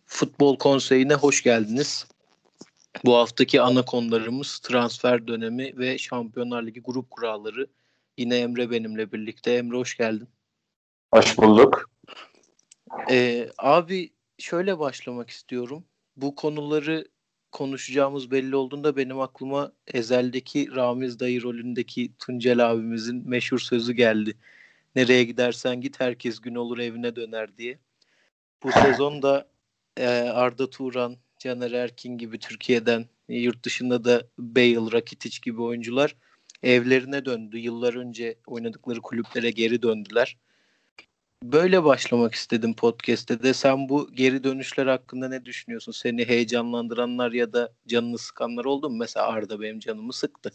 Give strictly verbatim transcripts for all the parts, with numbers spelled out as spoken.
Futbol Konseyi'ne hoş geldiniz. Bu haftaki ana konularımız transfer dönemi ve Şampiyonlar Ligi grup kuralları. Yine Emre benimle birlikte. Emre hoş geldin. Hoş bulduk. Ee, abi şöyle başlamak istiyorum. Bu konuları konuşacağımız belli olduğunda benim aklıma Ezel'deki Ramiz dayı rolündeki Tuncel abimizin meşhur sözü geldi. Nereye gidersen git herkes gün olur evine döner diye. Bu sezon da e, Arda Turan, Caner Erkin gibi Türkiye'den, e, yurt dışında da Bale, Rakitic gibi oyuncular evlerine döndü. Yıllar önce oynadıkları kulüplere geri döndüler. Böyle başlamak istedim podcast'te de. Sen bu geri dönüşler hakkında ne düşünüyorsun? Seni heyecanlandıranlar ya da canını sıkanlar oldu mu? Mesela Arda benim canımı sıktı.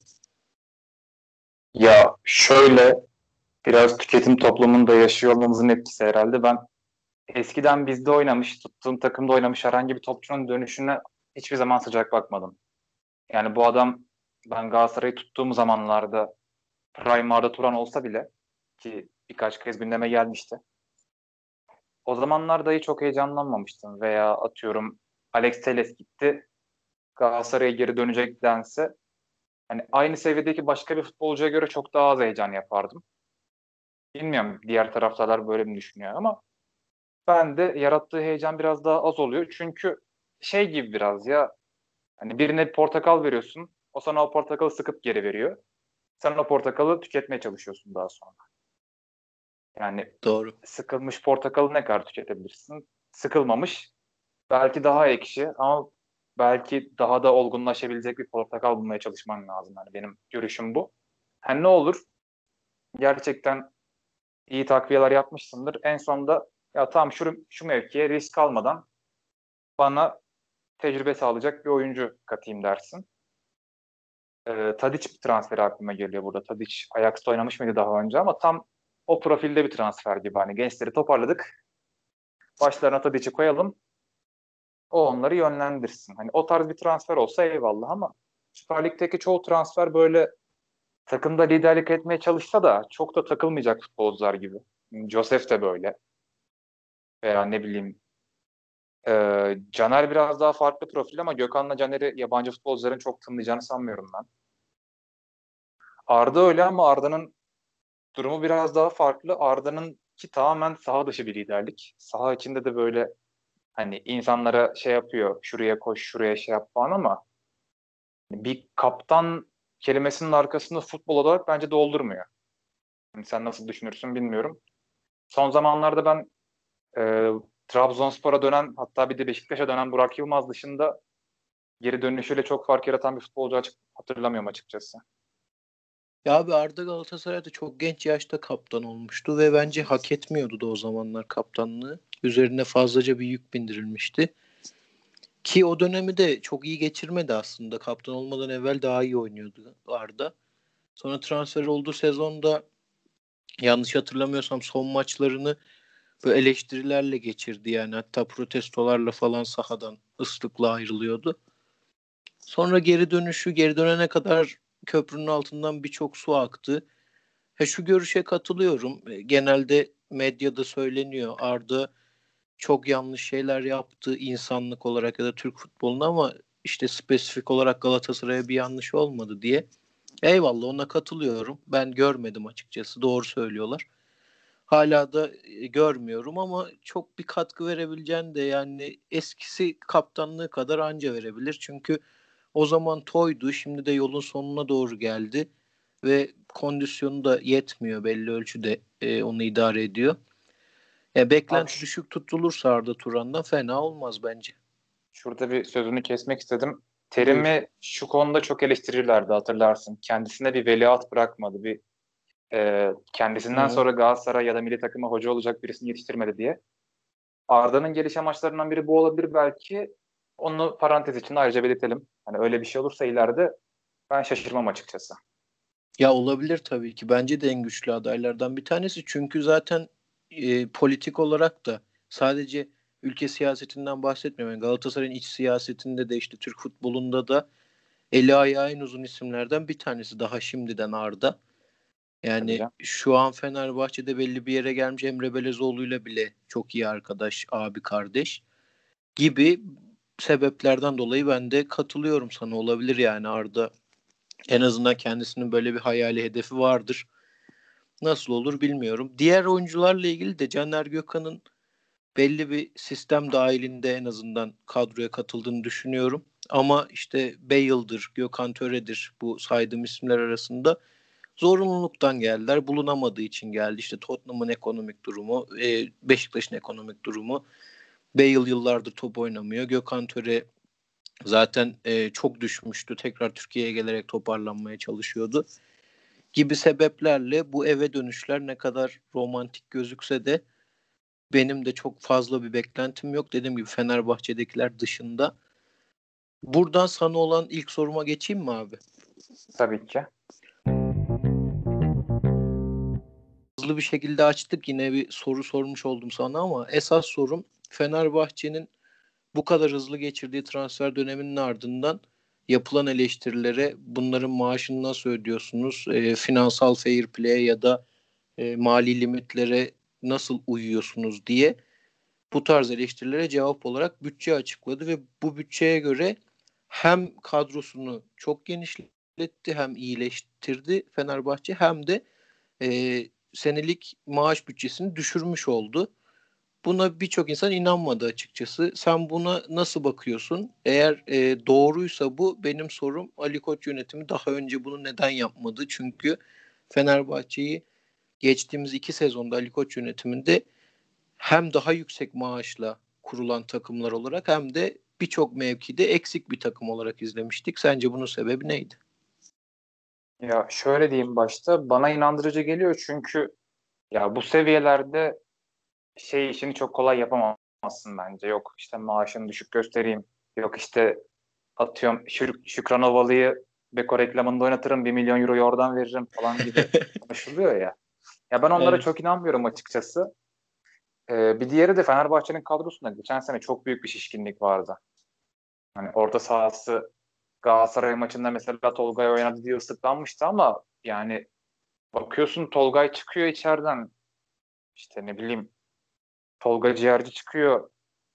Ya şöyle biraz tüketim toplumunda yaşıyor olmamızın etkisi herhalde. Ben eskiden bizde oynamış, tuttuğum takımda oynamış herhangi bir topçunun dönüşüne hiçbir zaman sıcak bakmadım. Yani bu adam ben Galatasaray'ı tuttuğum zamanlarda Prime Arda Turan olsa bile ki birkaç kez gündeme gelmişti. O zamanlar dahi çok heyecanlanmamıştım veya atıyorum Alex Telles gitti Galatasaray'a geri dönecek dense hani aynı seviyedeki başka bir futbolcuya göre çok daha az heyecan yapardım. Bilmiyorum diğer taraftarlar böyle mi düşünüyor ama ben de yarattığı heyecan biraz daha az oluyor. Çünkü şey gibi biraz ya hani birine bir portakal veriyorsun. O sana o portakalı sıkıp geri veriyor. Sen o portakalı tüketmeye çalışıyorsun daha sonra. Yani Doğru. sıkılmış portakalı ne kadar tüketebilirsin? Sıkılmamış belki daha ekşi ama belki daha da olgunlaşabilecek bir portakal bulmaya çalışman lazım. Yani benim görüşüm bu. Hani ne olur? Gerçekten iyi takviyeler yapmışsındır. En sonunda ya tamam şu, şu mevkiye risk almadan bana tecrübe sağlayacak bir oyuncu katayım dersin. Ee, Tadic transferi aklıma geliyor burada. Tadic Ajax'ta oynamış mıydı daha önce ama tam o profilde bir transfer gibi. Hani gençleri toparladık. Başlarına Tadic'i koyalım. O onları yönlendirsin. Hani o tarz bir transfer olsa eyvallah ama Süper Lig'deki çoğu transfer böyle takımda liderlik etmeye çalışsa da çok da takılmayacak futbolcular gibi. Josef de böyle. Veya ne bileyim Ee, Caner biraz daha farklı profil ama Gökhan'la Caner'i yabancı futbolcuların çok tanıyacağını sanmıyorum ben. Arda öyle ama Arda'nın durumu biraz daha farklı. Arda'nın ki tamamen saha dışı bir liderlik. Saha içinde de böyle hani insanlara şey yapıyor. Şuraya koş, şuraya şey yap falan ama bir kaptan kelimesinin arkasında futbol olarak bence doldurmuyor. Yani sen nasıl düşünürsün bilmiyorum. Son zamanlarda ben e, Trabzonspor'a dönen hatta bir de Beşiktaş'a dönen Burak Yılmaz dışında geri dönüşüyle çok fark yaratan bir futbolcu açık, hatırlamıyorum açıkçası. Ya abi Arda Galatasaray'da çok genç yaşta kaptan olmuştu ve bence hak etmiyordu da o zamanlar kaptanlığı. Üzerine fazlaca bir yük bindirilmişti. Ki o dönemi de çok iyi geçirmedi aslında. Kaptan olmadan evvel daha iyi oynuyordu Arda. Sonra transfer olduğu sezonda yanlış hatırlamıyorsam son maçlarını böyle eleştirilerle geçirdi yani. Hatta protestolarla falan sahadan ıslıkla ayrılıyordu. Sonra geri dönüşü geri dönene kadar köprünün altından birçok su aktı. Ha, şu görüşe katılıyorum. E, Genelde medyada söyleniyor. Arda çok yanlış şeyler yaptı insanlık olarak ya da Türk futboluna ama işte spesifik olarak Galatasaray'a bir yanlış olmadı diye. Eyvallah ona katılıyorum. Ben görmedim açıkçası. Doğru söylüyorlar. Hala da e, görmüyorum ama çok bir katkı verebileceğini de yani eskisi kaptanlığı kadar anca verebilir. Çünkü o zaman toydu. Şimdi de yolun sonuna doğru geldi ve kondisyonu da yetmiyor belli ölçüde e, onu idare ediyor. Ya Abi beklenti ş- düşük tutulursa Arda Turan'dan fena olmaz bence. şurada bir sözünü kesmek istedim. Buyur. Terim'i şu konuda çok eleştirirlerdi hatırlarsın. Kendisine bir veliaht bırakmadı. Bir e, kendisinden Hı. sonra Galatasaray ya da milli takıma hoca olacak birisini yetiştirmedi diye. Arda'nın geliş amaçlarından biri bu olabilir belki. Onu parantez içinde ayrıca belirtelim. Hani öyle bir şey olursa ileride ben şaşırmam açıkçası. Ya olabilir tabii ki. Bence de en güçlü adaylardan bir tanesi. Çünkü zaten e, politik olarak da sadece ülke siyasetinden bahsetmiyorum. Yani Galatasaray'ın iç siyasetinde de işte Türk futbolunda da eli ayağı en uzun isimlerden bir tanesi. Daha şimdiden Arda. Tabii Yani canım. şu an Fenerbahçe'de belli bir yere gelmiş Emre Belezoğlu'yla bile çok iyi arkadaş, abi kardeş. gibi sebeplerden dolayı ben de katılıyorum sana. Olabilir yani Arda en azından kendisinin böyle bir hayali hedefi vardır. Nasıl olur bilmiyorum. Diğer oyuncularla ilgili de Caner Gökhan'ın belli bir sistem dahilinde en azından kadroya katıldığını düşünüyorum. Ama işte Bale'dır, Gökhan Töre'dir bu saydığım isimler arasında zorunluluktan geldiler. Bulunamadığı için geldi. İşte Tottenham'ın ekonomik durumu, e, Beşiktaş'ın ekonomik durumu. Bale yıllardır top oynamıyor. Gökhan Töre zaten e, çok düşmüştü. Tekrar Türkiye'ye gelerek toparlanmaya çalışıyordu. Gibi sebeplerle bu eve dönüşler ne kadar romantik gözükse de benim de çok fazla bir beklentim yok. Dediğim gibi Fenerbahçe'dekiler dışında. Buradan sana olan ilk soruma geçeyim mi abi? Tabii ki. Hızlı bir şekilde açtık. Yine bir soru sormuş oldum sana ama esas sorum Fenerbahçe'nin bu kadar hızlı geçirdiği transfer döneminin ardından yapılan eleştirilere bunların maaşını nasıl ödüyorsunuz? E, finansal fair play ya da e, mali limitlere nasıl uyuyorsunuz diye bu tarz eleştirilere cevap olarak bütçe açıkladı ve bu bütçeye göre hem kadrosunu çok genişletti hem iyileştirdi Fenerbahçe hem de e, senelik maaş bütçesini düşürmüş oldu. Buna birçok insan inanmadı açıkçası. Sen buna nasıl bakıyorsun? Eğer e, doğruysa bu benim sorum Ali Koç yönetimi daha önce bunu neden yapmadı? Çünkü Fenerbahçe'yi geçtiğimiz iki sezonda Ali Koç yönetiminde hem daha yüksek maaşla kurulan takımlar olarak hem de birçok mevkide eksik bir takım olarak izlemiştik. Sence bunun sebebi neydi? Ya şöyle diyeyim başta, bana inandırıcı geliyor çünkü ya bu seviyelerde şey işini çok kolay yapamazsın bence. Yok işte maaşını düşük göstereyim. Yok işte atıyorum Şük Şükran Ovalı'yı Beko reklamında oynatırım, bir milyon euroyu oradan veririm falan gibi konuşuluyor ya. Ya ben onlara Evet. çok inanmıyorum açıkçası. Ee, bir diğeri de Fenerbahçe'nin kadrosunda geçen sene çok büyük bir şişkinlik vardı. Hani orta sahası Galatasaray maçında mesela Tolgay oynadı diye ıslıklanmıştı ama yani bakıyorsun Tolgay çıkıyor içeriden, işte ne bileyim Tolga Ciğerci çıkıyor,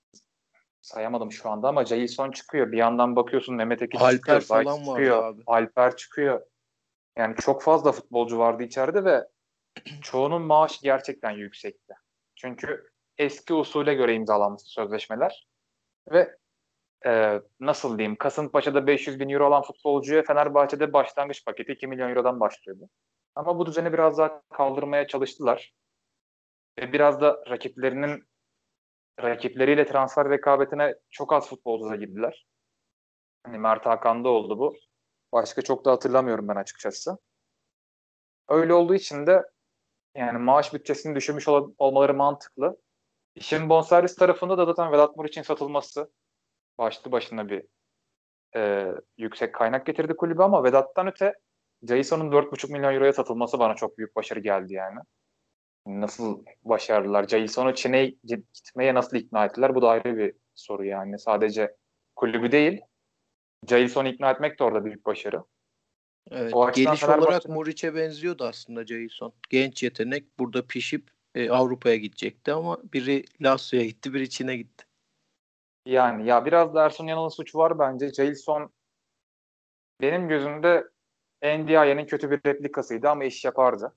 sayamadım şu anda ama Jailson çıkıyor. Bir yandan bakıyorsun Mehmet Ekici Alper çıkıyor, Zayt falan vardı çıkıyor, abi. Alper çıkıyor. Yani çok fazla futbolcu vardı içeride ve çoğunun maaşı gerçekten yüksekti. Çünkü eski usule göre imzalanmış sözleşmeler ve e, nasıl diyeyim, Kasımpaşa'da beş yüz bin euro alan futbolcuya Fenerbahçe'de başlangıç paketi iki milyon eurodan başlıyordu. Ama bu düzeni biraz daha kaldırmaya çalıştılar. Ve biraz da rakiplerinin rakipleriyle transfer rekabetine çok az futbolcuya girdiler. Hani Mert Hakan'da oldu bu. Başka çok da hatırlamıyorum ben açıkçası. Öyle olduğu için de yani maaş bütçesini düşürmüş ol- olmaları mantıklı. İşin bonservis tarafında da zaten Vedat Muriç'in satılması başlı başına bir e, yüksek kaynak getirdi kulübe ama Vedat'tan öte Jason'un dört buçuk milyon euroya satılması bana çok büyük başarı geldi yani. Nasıl başardılar? Jason'u Çin'e gitmeye nasıl ikna ettiler? Bu da ayrı bir soru yani. Sadece kulübü değil, Jason'u ikna etmek de orada büyük başarı. Evet. O açıdan Geliş olarak Fenerbahçe'nin Muriç'e benziyordu aslında Jason. Genç yetenek burada pişip e, Avrupa'ya gidecekti ama biri Lazio'ya gitti, biri Çin'e gitti. yani ya biraz da Ersun Yanal'ın suçu var bence. Jason benim gözümde N D I'nin kötü bir replikasıydı ama iş yapardı.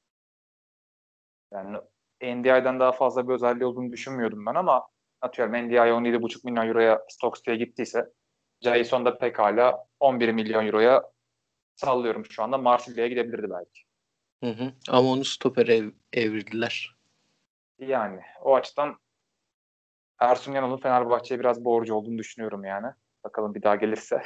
Yani N D I'den daha fazla bir özelliği olduğunu düşünmüyordum ben ama atıyorum N D I on yedi buçuk milyon euroya Stoke's'e gittiyse Jason da pekala on bir milyon euroya, sallıyorum şu anda, Marsilya'ya gidebilirdi belki. Hı hı. Ama onu stopere ev- evirdiler. Yani o açıdan Ersun Yanal'ın Fenerbahçe'ye biraz borcu olduğunu düşünüyorum yani. Bakalım bir daha gelirse.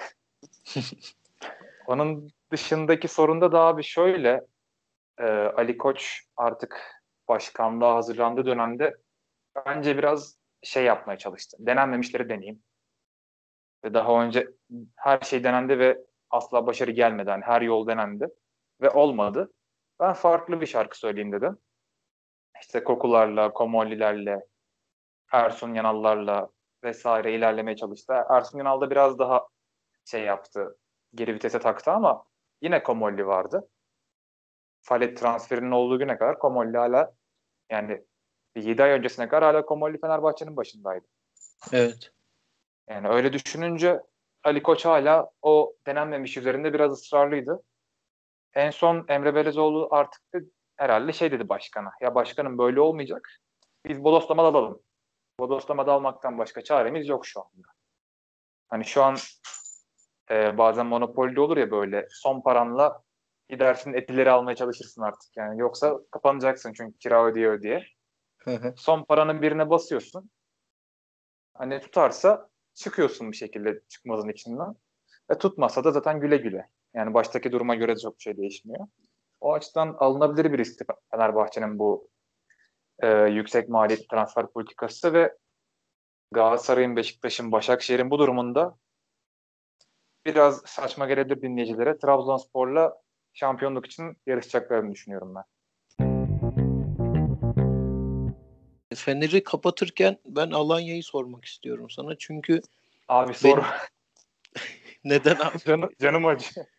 Onun dışındaki sorunda da abi şöyle, e, Ali Koç artık başkanlığa hazırlandığı dönemde bence biraz şey yapmaya çalıştı. Denenmemişleri deneyeyim. Ve daha önce her şey denendi ve asla başarı gelmedi. Yani her yol denendi ve olmadı. Ben farklı bir şarkı söyleyeyim dedim. İşte Kokularla, Komollilerle, Ersun Yanal'larla vesaire ilerlemeye çalıştı. Ersun Yanal da biraz daha şey yaptı. Geri vitese taktı ama yine Komolli vardı. Fallet transferinin olduğu güne kadar Komolli hala, yani yedi ay öncesine kadar hala Komolli Fenerbahçe'nin başındaydı. Evet. Yani öyle düşününce Ali Koç hala o denenmemiş üzerinde biraz ısrarlıydı. En son Emre Belezoğlu artık da herhalde şey dedi başkana. Ya başkanım böyle olmayacak. Biz bodoslama dalalım. Bodoslama dalmaktan başka çaremiz yok şu anda. Hani şu an e, bazen monopolde olur ya böyle son paranla gidersin etileri almaya çalışırsın artık yani. Yoksa kapanacaksın çünkü kira ödüyor diye. Hı hı. Son paranın birine basıyorsun. Hani tutarsa çıkıyorsun bir şekilde çıkmazın içinden. Ve tutmasa da zaten güle güle. Yani baştaki duruma göre de çok bir şey değişmiyor. O açıdan alınabilir bir risk Fenerbahçe'nin bu e, yüksek maliyetli transfer politikası ve Galatasaray'ın, Beşiktaş'ın, Başakşehir'in bu durumunda biraz saçma gelebilir dinleyicilere. Trabzonspor'la şampiyonluk için yarışacaklarını düşünüyorum ben. Fener'i kapatırken ben Alanya'yı sormak istiyorum sana. Çünkü Abi sor. ben neden abi? Canım, canım acı.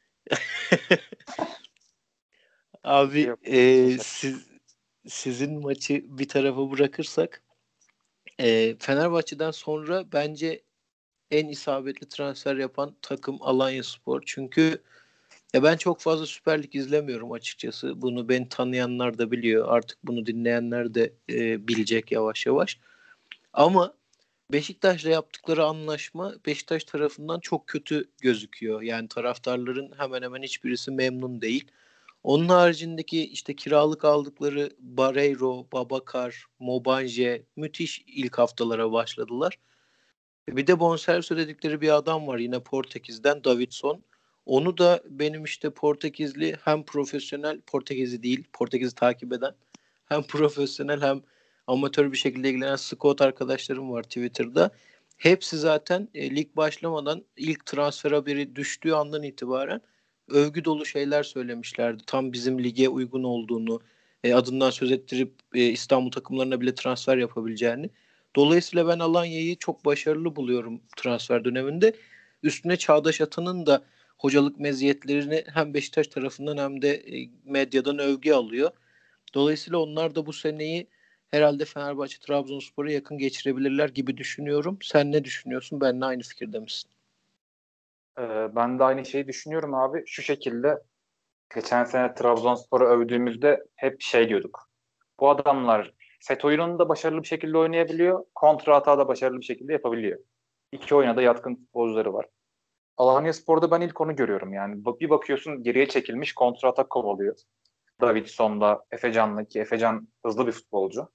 Abi Yok, e, şaka. siz sizin maçı bir tarafa bırakırsak e, Fenerbahçe'den sonra bence en isabetli transfer yapan takım Alanyaspor. Çünkü ya ben çok fazla Süper Lig izlemiyorum açıkçası. Bunu beni tanıyanlar da biliyor. Artık bunu dinleyenler de e, bilecek yavaş yavaş. Ama Beşiktaş'la yaptıkları anlaşma Beşiktaş tarafından çok kötü gözüküyor. Yani taraftarların hemen hemen hiçbirisi memnun değil. Onun haricindeki işte kiralık aldıkları Barreiro, Babakar, Mobanje müthiş ilk haftalara başladılar. Bir de bonservis ödedikleri bir adam var yine Portekiz'den Davidson. Onu da benim işte Portekizli hem profesyonel Portekizli değil Portekiz'i takip eden hem profesyonel hem amatör bir şekilde ilgilenen scout arkadaşlarım var Twitter'da. Hepsi zaten e, lig başlamadan ilk transfer haberi düştüğü andan itibaren övgü dolu şeyler söylemişlerdi. Tam bizim lige uygun olduğunu, e, adından söz ettirip e, İstanbul takımlarına bile transfer yapabileceğini. Dolayısıyla ben Alanya'yı çok başarılı buluyorum transfer döneminde. Üstüne Çağdaş Atan'ın da hocalık meziyetlerini hem Beşiktaş tarafından hem de e, medyadan övgü alıyor. Dolayısıyla onlar da bu seneyi herhalde Fenerbahçe Trabzonspor'a yakın geçirebilirler gibi düşünüyorum. Sen ne düşünüyorsun? Benimle aynı fikirde misin? Ee, ben de aynı şeyi düşünüyorum abi. Şu şekilde geçen sene Trabzonspor'u övdüğümüzde hep şey diyorduk. Bu adamlar set oyununu da başarılı bir şekilde oynayabiliyor. Kontra hata da başarılı bir şekilde yapabiliyor. İki oyuna da yatkın futbolcuları var. Alanyaspor'da ben ilk onu görüyorum yani. Bir bakıyorsun geriye çekilmiş kontra atak kovalıyor. Davidson'la Efecan'la ki Efecan hızlı bir futbolcu.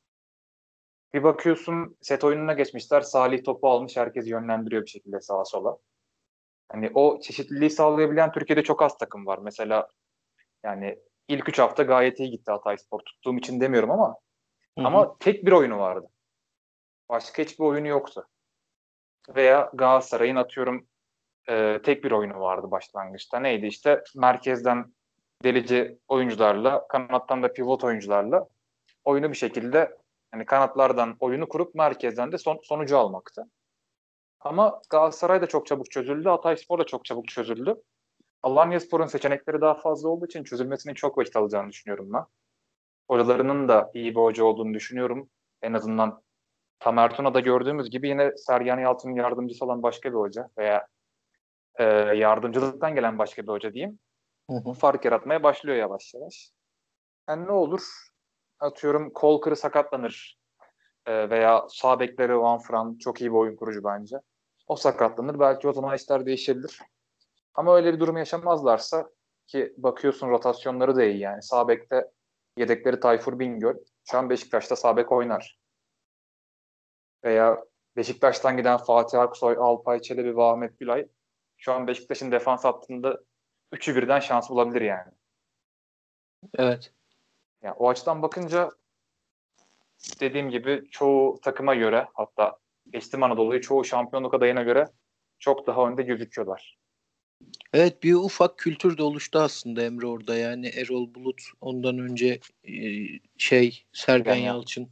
Bir bakıyorsun set oyununa geçmişler. Salih topu almış herkesi yönlendiriyor bir şekilde sağa sola. Hani o çeşitliliği sağlayabilen Türkiye'de çok az takım var. Mesela yani ilk üç hafta gayet iyi gitti Hatayspor. Tuttuğum için demiyorum ama Hı hı. ama tek bir oyunu vardı. Başka hiçbir oyunu yoktu. Veya Galatasaray'ın atıyorum e, tek bir oyunu vardı başlangıçta. Neydi işte merkezden delici oyuncularla, kanattan da pivot oyuncularla oyunu bir şekilde hani kanatlardan oyunu kurup merkezden de son, sonucu almaktı. Ama Galatasaray da çok çabuk çözüldü. Hatayspor da çok çabuk çözüldü. Alanyaspor'un seçenekleri daha fazla olduğu için çözülmesinin çok vakit alacağını düşünüyorum ben. Hocalarının da iyi bir hoca olduğunu düşünüyorum. En azından Tamer Tuna'da gördüğümüz gibi yine Sergen Yalçın'ın yardımcısı olan başka bir hoca veya e, yardımcılıktan gelen başka bir hoca diyeyim. Hı hı. Fark yaratmaya başlıyor yavaş yavaş. Yani ne olur? Atıyorum Kolkır'ı sakatlanır e, veya sağ bekleri Van Fran çok iyi bir oyun kurucu bence. O sakatlanır. Belki o zaman işler değişebilir. Ama öyle bir durum yaşamazlarsa ki bakıyorsun rotasyonları da iyi yani. Sağ bekte yedekleri Tayfur Bingöl. Şu an Beşiktaş'ta sağ bek oynar. Veya Beşiktaş'tan giden Fatih Aksoy, Alpay Çelebi ve Ahmet Gülay. Şu an Beşiktaş'ın defans hattında üçü birden şans bulabilir yani. Evet. Yani o açıdan bakınca dediğim gibi çoğu takıma göre hatta geçtim Anadolu'yu çoğu şampiyonluk adayına göre çok daha önde gözüküyorlar. Evet bir ufak kültür de oluştu aslında Emre orada. Yani Erol Bulut ondan önce e, şey Sergen Sergen ya. Yalçın.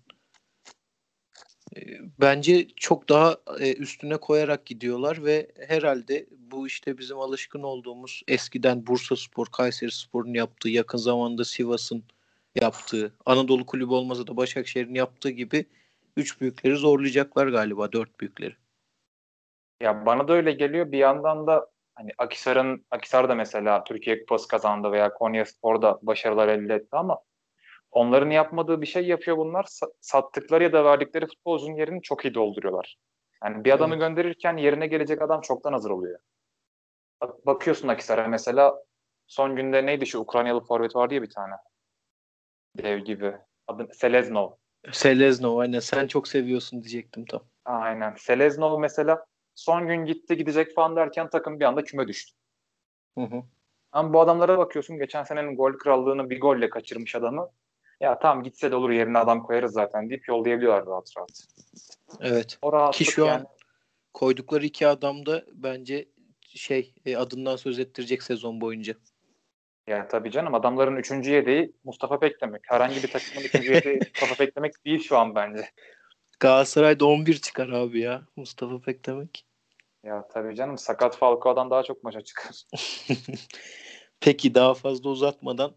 E, Bence çok daha e, üstüne koyarak gidiyorlar ve herhalde bu işte bizim alışkın olduğumuz eskiden Bursaspor, Kayserispor'un yaptığı, yakın zamanda Sivas'ın yaptığı, Anadolu Kulübü olmasa da Başakşehir'in yaptığı gibi üç büyükleri zorlayacaklar galiba, dört büyükleri. Ya bana da öyle geliyor. Bir yandan da hani Akhisar'ın Akhisar da mesela Türkiye Kupası kazandı veya Konyaspor'da başarılar elde etti ama onların yapmadığı bir şey yapıyor bunlar. Sa- Sattıkları ya da verdikleri futbolcunun yerini çok iyi dolduruyorlar. Yani bir adamı Evet. gönderirken yerine gelecek adam çoktan hazır oluyor. Bak- Bakıyorsun Akhisar'a mesela son günde neydi şu Ukraynalı forvet vardı ya bir tane. Dev gibi. Adı Seleznov. Seleznov aynen sen çok seviyorsun diyecektim tam. Aynen. Seleznov mesela son gün gitti gidecek falan derken takım bir anda küme düştü. Hı hı. Ama bu adamlara bakıyorsun geçen senenin gol krallığını bir golle kaçırmış adamı. Ya tamam gitse de olur yerine adam koyarız zaten deyip yollayabiliyorlar rahat rahat. Evet. O Ki rahatlık şu yani. an koydukları iki adam da bence şey e, adından söz ettirecek sezon boyunca. Ya tabii canım adamların üçüncü yedeği Mustafa Pekdemek. Herhangi bir takımın üçüncü yedeği Mustafa Pekdemek değil şu an bence. Galatasaray'da on bir çıkar abi ya. Mustafa Pekdemek. Ya tabii canım sakat Falcao'dan daha çok maça çıkar. Peki daha fazla uzatmadan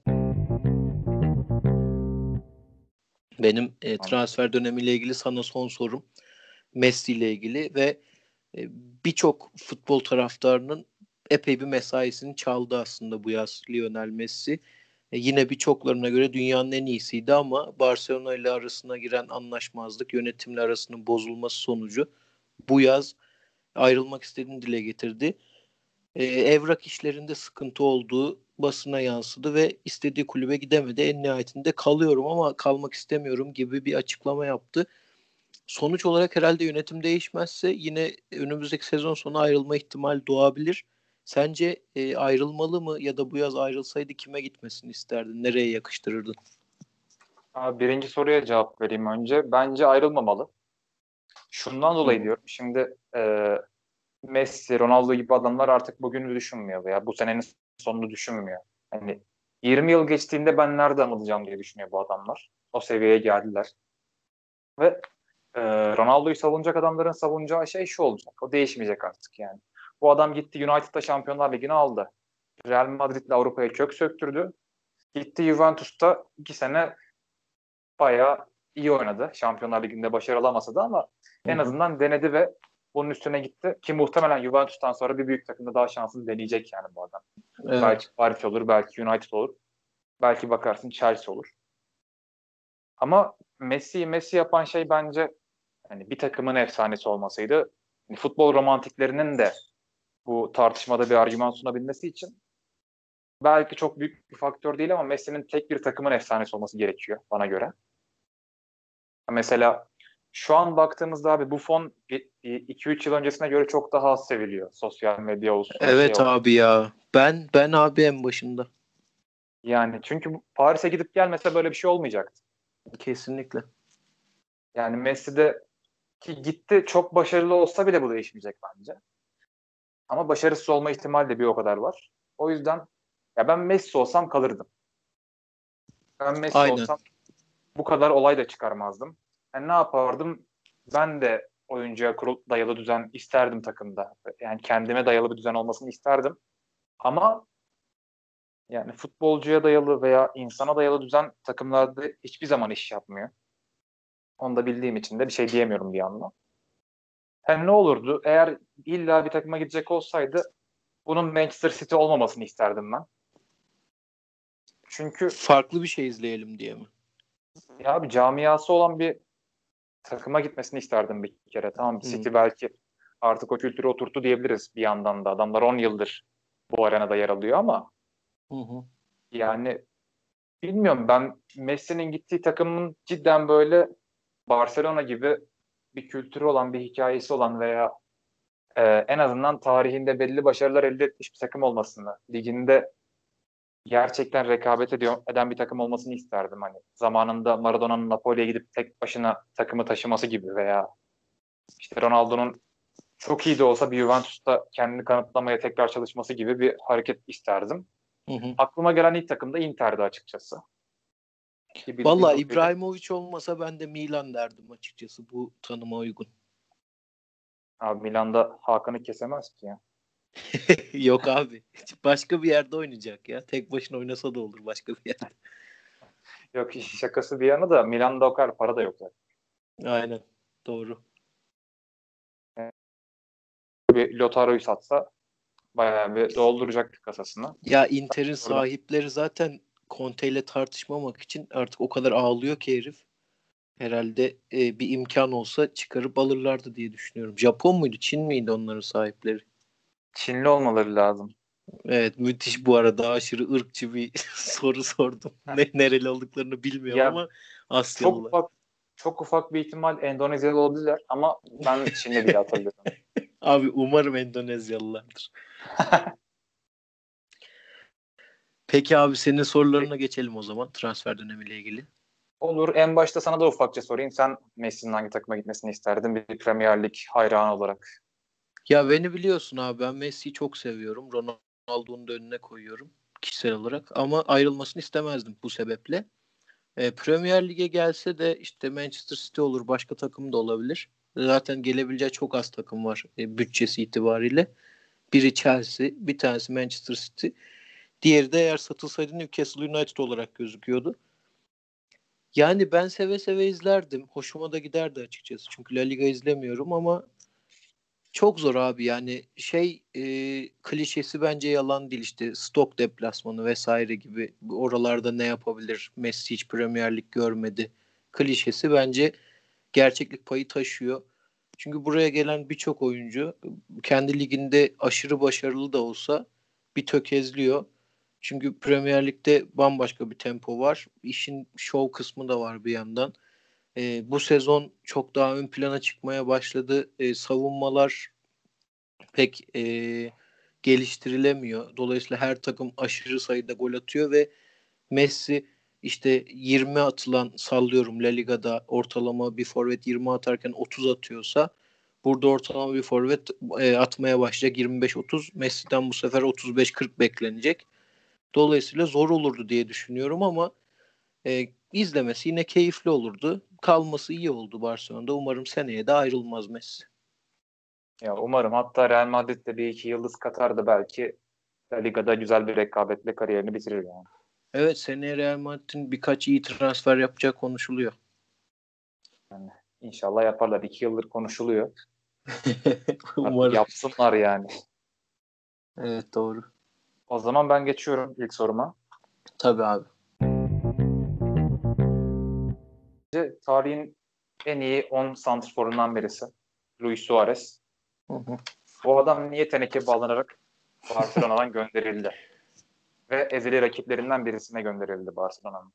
benim e, transfer dönemiyle ilgili sana son sorum. Messi ile ilgili ve e, birçok futbol taraftarının epey bir mesaisini çaldı aslında bu yaz Lionel Messi. E, yine birçoklarına göre dünyanın en iyisiydi ama Barcelona ile arasına giren anlaşmazlık, yönetimle arasının bozulması sonucu bu yaz ayrılmak istediğini dile getirdi. E, evrak işlerinde sıkıntı olduğu basına yansıdı ve istediği kulübe gidemedi. En nihayetinde kalıyorum ama kalmak istemiyorum gibi bir açıklama yaptı. Sonuç olarak herhalde yönetim değişmezse yine önümüzdeki sezon sonu ayrılma ihtimali doğabilir. Sence e, ayrılmalı mı ya da bu yaz ayrılsaydı kime gitmesini isterdin? Nereye yakıştırırdın? Abi birinci soruya cevap vereyim önce. Bence ayrılmamalı. Şundan Hı dolayı hı. diyorum. Şimdi e, Messi, Ronaldo gibi adamlar artık bugünü düşünmüyor veya bu senenin sonunu düşünmüyor. Hani yirmi yıl geçtiğinde ben nerede anılacağım diye düşünüyor bu adamlar. O seviyeye geldiler. Ve e, Ronaldo'yu savunacak adamların savunacağı şey şu olacak. O değişmeyecek artık yani. Bu adam gitti United'da Şampiyonlar Ligi'ni aldı. Real Madrid'le Avrupa'ya kök söktürdü. Gitti Juventus'ta iki sene bayağı iyi oynadı. Şampiyonlar Ligi'nde başarı alamasa da ama Hı en hı. azından denedi ve bunun üstüne gitti. Ki muhtemelen Juventus'tan sonra bir büyük takımda daha şansını deneyecek yani bu adam. Belki Evet. Paris olur, belki United olur. Belki bakarsın Chelsea olur. Ama Messi'yi Messi yapan şey bence hani bir takımın efsanesi olmasıydı. Hani futbol romantiklerinin de bu tartışmada bir argüman sunabilmesi için belki çok büyük bir faktör değil ama Messi'nin tek bir takımın efsanesi olması gerekiyor bana göre. Mesela şu an baktığımızda abi Buffon iki üç yıl öncesine göre çok daha az seviliyor. Sosyal medya olsun şey Evet olsun. abi ya. Ben ben abi en başında. Yani çünkü bu- Paris'e gidip gelmese böyle bir şey olmayacaktı. Kesinlikle. Yani Messi de ki gitti çok başarılı olsa bile bu değişmeyecek bence. Ama başarısız olma ihtimali de bir o kadar var. O yüzden ya ben Messi olsam kalırdım. Ben Messi Aynen. olsam bu kadar olay da çıkarmazdım. Yani ne yapardım? Ben de oyuncuya kurul dayalı düzen isterdim takımda. Yani kendime dayalı bir düzen olmasını isterdim. Ama yani futbolcuya dayalı veya insana dayalı düzen takımlarda hiçbir zaman iş yapmıyor. Onu da bildiğim için de bir şey diyemiyorum bir yandan. Hem ne olurdu? Eğer illa bir takıma gidecek olsaydı bunun Manchester City olmamasını isterdim ben. Çünkü Farklı bir şey izleyelim diye mi? ya bir camiası olan bir takıma gitmesini isterdim bir kere. Tamam Hı City belki artık o kültürü oturttu diyebiliriz bir yandan da. Adamlar on yıldır bu arenada yer alıyor ama hı. Hı. yani bilmiyorum ben Messi'nin gittiği takımın cidden böyle Barcelona gibi bir kültürü olan, bir hikayesi olan veya e, en azından tarihinde belli başarılar elde etmiş bir takım olmasını, liginde gerçekten rekabet ediyor, eden bir takım olmasını isterdim. Hani zamanında Maradona'nın Napoli'ye gidip tek başına takımı taşıması gibi veya işte Ronaldo'nun çok iyi de olsa bir Juventus'ta kendini kanıtlamaya tekrar çalışması gibi bir hareket isterdim. Hı hı. Aklıma gelen ilk takım da Inter'di açıkçası. Ki bildiğin Valla üzere İbrahimovic olmasa ben de Milan derdim açıkçası bu tanıma uygun. abi Milan'da Hakan'ı kesemez ki ya. Yok abi. Başka bir yerde oynayacak ya. Tek başına oynasa da olur başka bir yerde. Yok şakası bir yana da Milan'da o kadar para da yok zaten. Aynen. Doğru. bir Lautaro'yu satsa bayağı bir dolduracaktık kasasını. Ya Inter'in Oradan sahipleri zaten Conte ile tartışmamak için artık o kadar ağlıyor ki herif. Herhalde e, bir imkan olsa çıkarıp alırlardı diye düşünüyorum. Japon muydu, Çin miydi onların sahipleri? Çinli olmaları lazım. Evet, müthiş bu arada, aşırı ırkçı bir soru sordum. Ne nereli olduklarını bilmiyorum Ya ama çok Asyalılar. ufak çok ufak bir ihtimal Endonezyalı olabilirler ama ben Çinli diye hatırlıyorum. Abi umarım Endonezyalılardır. Peki abi, senin sorularına geçelim o zaman transfer dönemiyle ilgili. Olur. En başta sana da ufakça sorayım. Sen Messi'nin hangi takıma gitmesini isterdin bir Premier Lig hayranı olarak? Ya beni biliyorsun abi, ben Messi'yi çok seviyorum. Ronaldo'nun da önüne koyuyorum kişisel olarak ama ayrılmasını istemezdim bu sebeple. E, Premier Lig'e gelse de işte Manchester City olur, başka takım da olabilir. Zaten gelebileceği çok az takım var e, bütçesi itibariyle. Biri Chelsea, bir tanesi Manchester City. Diğeri de eğer satılsaydı Newcastle United olarak gözüküyordu. Yani ben seve seve izlerdim. Hoşuma da giderdi açıkçası. Çünkü La Liga izlemiyorum ama çok zor abi. Yani şey e, klişesi bence yalan değil, işte Stoke deplasmanı vesaire gibi. Oralarda ne yapabilir? Messi hiç Premier Lig görmedi. Klişesi bence gerçeklik payı taşıyor. Çünkü buraya gelen birçok oyuncu kendi liginde aşırı başarılı da olsa bir tökezliyor. Çünkü Premier Lig'de bambaşka bir tempo var. İşin şov kısmı da var bir yandan. E, bu sezon çok daha ön plana çıkmaya başladı. E, savunmalar pek e, geliştirilemiyor. Dolayısıyla her takım aşırı sayıda gol atıyor ve Messi işte yirmi atılan, sallıyorum, La Liga'da ortalama bir forvet yirmi atarken otuz atıyorsa burada ortalama bir forvet e, atmaya başlayacak yirmi beş otuz. Messi'den bu sefer otuz beş kırk beklenecek. Dolayısıyla zor olurdu diye düşünüyorum ama e, izlemesi yine keyifli olurdu. Kalması iyi oldu Barcelona'da. Umarım seneye de ayrılmaz Messi. Ya umarım. Hatta Real Madrid de bir iki yıldız katar da belki La Liga'da güzel bir rekabetle kariyerini bitirir yani. Evet, seneye Real Madrid'in birkaç iyi transfer yapacağı konuşuluyor. Yani İnşallah yaparlar. İki yıldır konuşuluyor. Artık Umarım. yapsınlar yani. Evet, doğru. O zaman ben geçiyorum ilk soruma. Tabii abi. Bence tarihin en iyi on santrforundan birisi. Luis Suarez. Hı hı. Bu adam niye teneke bağlanarak Barcelona'dan gönderildi? Ve ezeli rakiplerinden birisine gönderildi Barcelona'nın.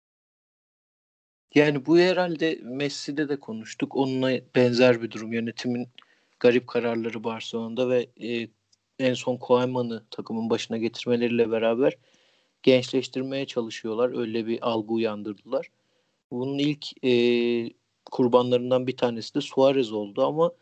Yani bu herhalde Messi'de de konuştuk. Onunla benzer bir durum. Yönetimin garip kararları Barcelona'da ve e, en son Koeman'ı takımın başına getirmeleriyle beraber gençleştirmeye çalışıyorlar. Öyle bir algı uyandırdılar. Bunun ilk e, kurbanlarından bir tanesi de Suarez oldu ama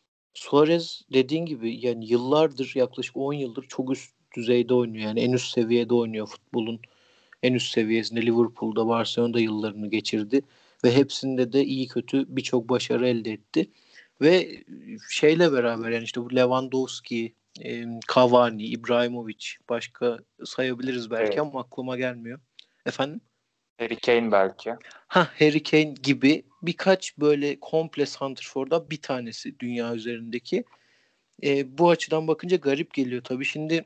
Suarez dediğin gibi yani yıllardır, yaklaşık on yıldır çok üst düzeyde oynuyor. Yani en üst seviyede oynuyor, futbolun en üst seviyesinde. Liverpool'da, Barcelona'da yıllarını geçirdi ve hepsinde de iyi kötü birçok başarı elde etti. Ve şeyle beraber yani işte bu Lewandowski, e, Cavani, İbrahimovic, başka sayabiliriz belki Evet. ama aklıma gelmiyor. Efendim? Harry Kane belki. Ha, Harry Kane gibi birkaç böyle komple santrforda bir tanesi dünya üzerindeki. E, bu açıdan bakınca garip geliyor tabii. Şimdi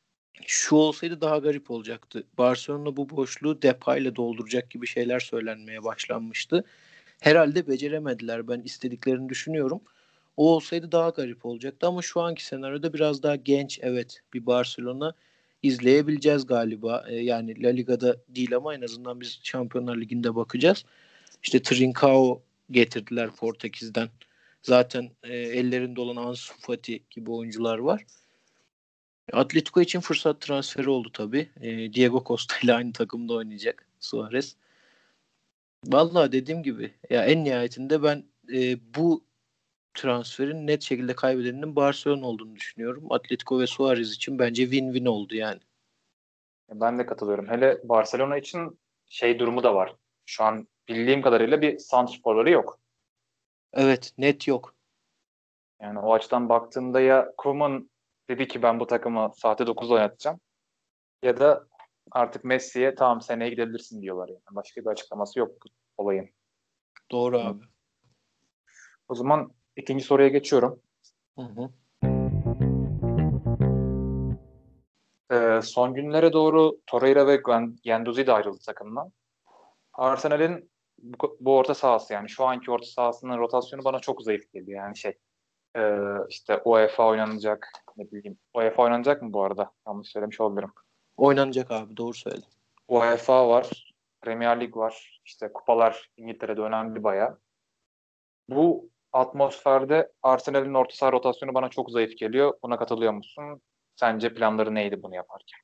şu olsaydı daha garip olacaktı. Barcelona bu boşluğu Depay'la dolduracak gibi şeyler söylenmeye başlanmıştı. Herhalde beceremediler. Ben istediklerini düşünüyorum. O olsaydı daha garip olacaktı ama şu anki senaryoda biraz daha genç, evet, bir Barcelona izleyebileceğiz galiba. E, yani La Liga'da değil ama en azından biz Şampiyonlar Ligi'nde bakacağız. İşte Trincao getirdiler Portekiz'den. Zaten e, ellerinde olan Ansu Fati gibi oyuncular var. Atletico için fırsat transferi oldu tabii. E, Diego Costa ile aynı takımda oynayacak Suarez. Vallahi dediğim gibi ya, en nihayetinde ben e, bu transferin net şekilde kaybedeninin Barcelona olduğunu düşünüyorum. Atletico ve Suarez için bence win-win oldu yani. Ben de katılıyorum. Hele Barcelona için şey durumu da var. Şu an bildiğim kadarıyla bir santrforları yok. Evet, net yok. Yani o açıdan baktığımda ya Koeman dedi ki ben bu takımı sahte dokuz oynatacağım ya da artık Messi'ye tamam seneye gidebilirsin diyorlar yani. Başka bir açıklaması yok olayın. Doğru abi. O zaman ikinci soruya geçiyorum. Hı hı. son günlere doğru Torreira ve Guendouzi de ayrıldı takımdan. Arsenal'in bu, bu orta sahası, yani şu anki orta sahasının rotasyonu bana çok zayıf geliyor. Yani şey e, işte UEFA oynanacak, ne bileyim. UEFA oynanacak mı bu arada? Yanlış söylemiş olabilirim. Oynanacak abi, doğru söyledin. UEFA var, Premier Lig var. İşte kupalar İngiltere'de önemli bayağı. Bu atmosferde Arsenal'in orta saha rotasyonu bana çok zayıf geliyor. Buna katılıyor musun? Sence planları neydi bunu yaparken?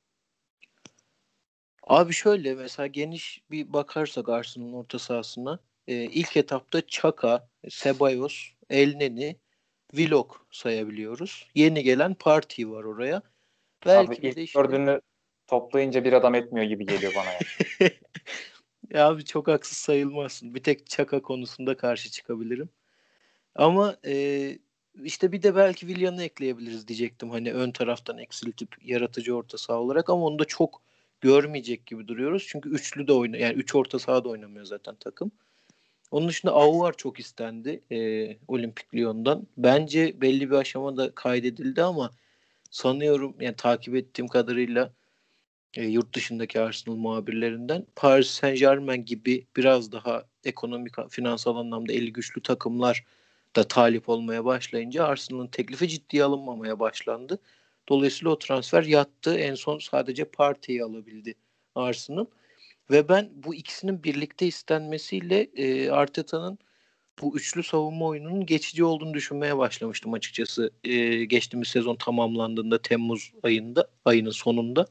Abi şöyle, mesela geniş bir bakarsak Arsenal'ın orta sahasına, e, ilk etapta Çaka, Ceballos, Elneny, Willock sayabiliyoruz. Yeni gelen Partey var oraya. Abi Belki bir ilk de işte dördünü toplayınca bir adam etmiyor gibi geliyor bana ya. ya abi, çok haksız sayılmazsın. Bir tek Çaka konusunda karşı çıkabilirim. Ama e, işte bir de belki Willian'ı ekleyebiliriz diyecektim. Hani ön taraftan eksiltip yaratıcı orta saha olarak, ama onu da çok görmeyecek gibi duruyoruz. Çünkü üçlü de oyna, yani üç orta sahada oynamıyor zaten takım. Onun dışında Aouar çok istendi e, Olimpik Lyon'dan. Bence belli bir aşamada kaydedildi ama sanıyorum, yani takip ettiğim kadarıyla e, yurt dışındaki Arsenal muhabirlerinden, Paris Saint-Germain gibi biraz daha ekonomik, finansal anlamda eli güçlü takımlar da talip olmaya başlayınca Arsenal'ın teklifi ciddiye alınmamaya başlandı. Dolayısıyla o transfer yattı. En son sadece Partey'i alabildi Arsenal. Ve ben bu ikisinin birlikte istenmesiyle e, Arteta'nın bu üçlü savunma oyununun geçici olduğunu düşünmeye başlamıştım açıkçası. E, geçtiğimiz sezon tamamlandığında, Temmuz ayında, ayının sonunda.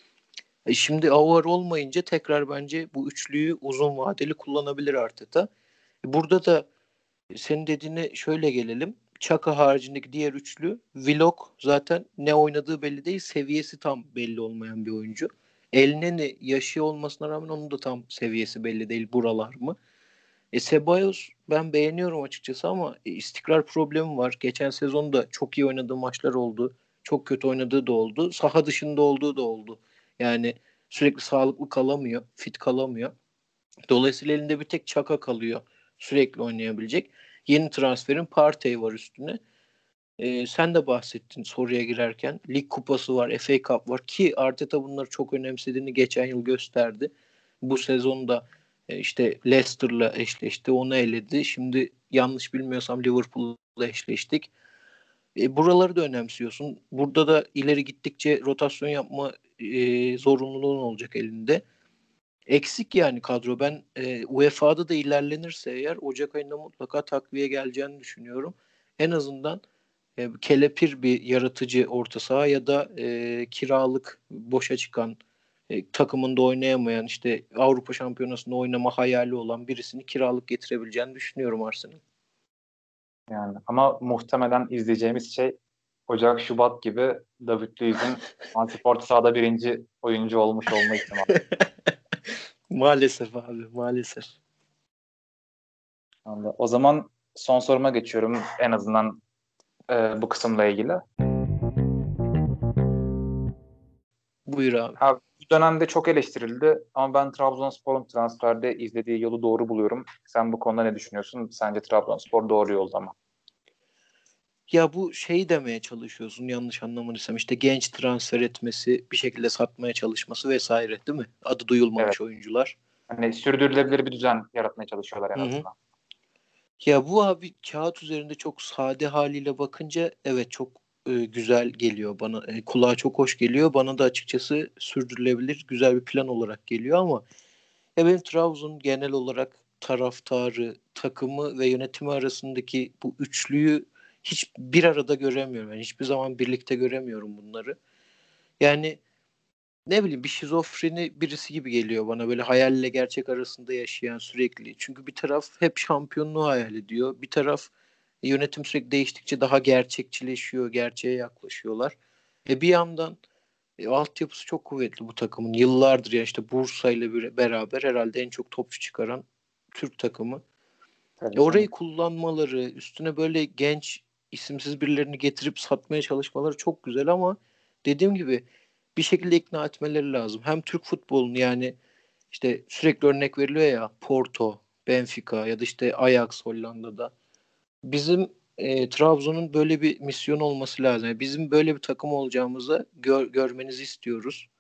E şimdi Aouar olmayınca tekrar bence bu üçlüyü uzun vadeli kullanabilir Arteta. E burada da senin dediğine şöyle gelelim. Çaka haricindeki diğer üçlü, Willock zaten ne oynadığı belli değil. Seviyesi tam belli olmayan bir oyuncu. Elneny yaşı olmasına rağmen onun da tam seviyesi belli değil. Buralar mı? E Ceballos ben beğeniyorum açıkçası ama e, istikrar problemi var. Geçen sezon da çok iyi oynadığı maçlar oldu. Çok kötü oynadığı da oldu. Saha dışında olduğu da oldu. Yani sürekli sağlıklı kalamıyor, fit kalamıyor. Dolayısıyla elinde bir tek Çaka kalıyor sürekli oynayabilecek. Yeni transferin Partey var üstüne. Ee, sen de bahsettin soruya girerken. Lig kupası var, F A Cup var ki Arteta bunları çok önemsediğini geçen yıl gösterdi. Bu sezonda e, işte Leicester'la eşleşti, onu eledi. Şimdi yanlış bilmiyorsam Liverpool'la eşleştik. E, buraları da önemsiyorsun. Burada da ileri gittikçe rotasyon yapma e, zorunluluğun olacak elinde. Eksik yani kadro. Ben e, U E F A'da da ilerlenirse eğer Ocak ayında mutlaka takviye geleceğini düşünüyorum. En azından e, kelepir bir yaratıcı orta saha ya da e, kiralık boşa çıkan, e, takımında oynayamayan, işte Avrupa Şampiyonası'nda oynama hayali olan birisini kiralık getirebileceğini düşünüyorum Arsenal. Yani ama muhtemelen izleyeceğimiz şey Ocak, Şubat gibi David Luiz'in Antiportu sahada birinci oyuncu olmuş olma ihtimali. Maalesef abi, maalesef. Anladım. O zaman son soruma geçiyorum, en azından e, bu kısımla ilgili. Buyur abi. Abi, bu dönemde çok eleştirildi ama ben Trabzonspor'un transferde izlediği yolu doğru buluyorum. Sen bu konuda ne düşünüyorsun? Sence Trabzonspor doğru yolda mı? Ya bu şey demeye çalışıyorsun, yanlış anlamadıysam, işte genç transfer etmesi, bir şekilde satmaya çalışması vesaire, değil mi? Adı Evet. duyulmamış oyuncular. Hani sürdürülebilir bir düzen yaratmaya çalışıyorlar en Hı hı. azından. Ya bu abi, kağıt üzerinde çok sade haliyle bakınca evet çok e, güzel geliyor bana. E, kulağa çok hoş geliyor. Bana da açıkçası sürdürülebilir güzel bir plan olarak geliyor ama ya benim Trabzon genel olarak taraftarı, takımı ve yönetimi arasındaki bu üçlüyü hiç bir arada göremiyorum. Yani hiçbir zaman birlikte göremiyorum bunları. Yani ne bileyim, bir şizofreni birisi gibi geliyor bana, böyle hayalle gerçek arasında yaşayan sürekli. Çünkü bir taraf hep şampiyonluğu hayal ediyor. Bir taraf yönetim sürekli değiştikçe daha gerçekçileşiyor, gerçeğe yaklaşıyorlar. E bir yandan e, altyapısı çok kuvvetli bu takımın. Yıllardır ya, işte Bursa ile bir- beraber herhalde en çok topçu çıkaran Türk takımı. Tabii E orayı canım. kullanmaları, üstüne böyle genç isimsiz birilerini getirip satmaya çalışmaları çok güzel ama dediğim gibi bir şekilde ikna etmeleri lazım. Hem Türk futbolunu, yani işte sürekli örnek veriliyor ya, Porto, Benfica ya da işte Ajax Hollanda'da. Bizim e, Trabzon'un böyle bir misyon olması lazım. Yani bizim böyle bir takım olacağımızı gör, görmenizi istiyoruz.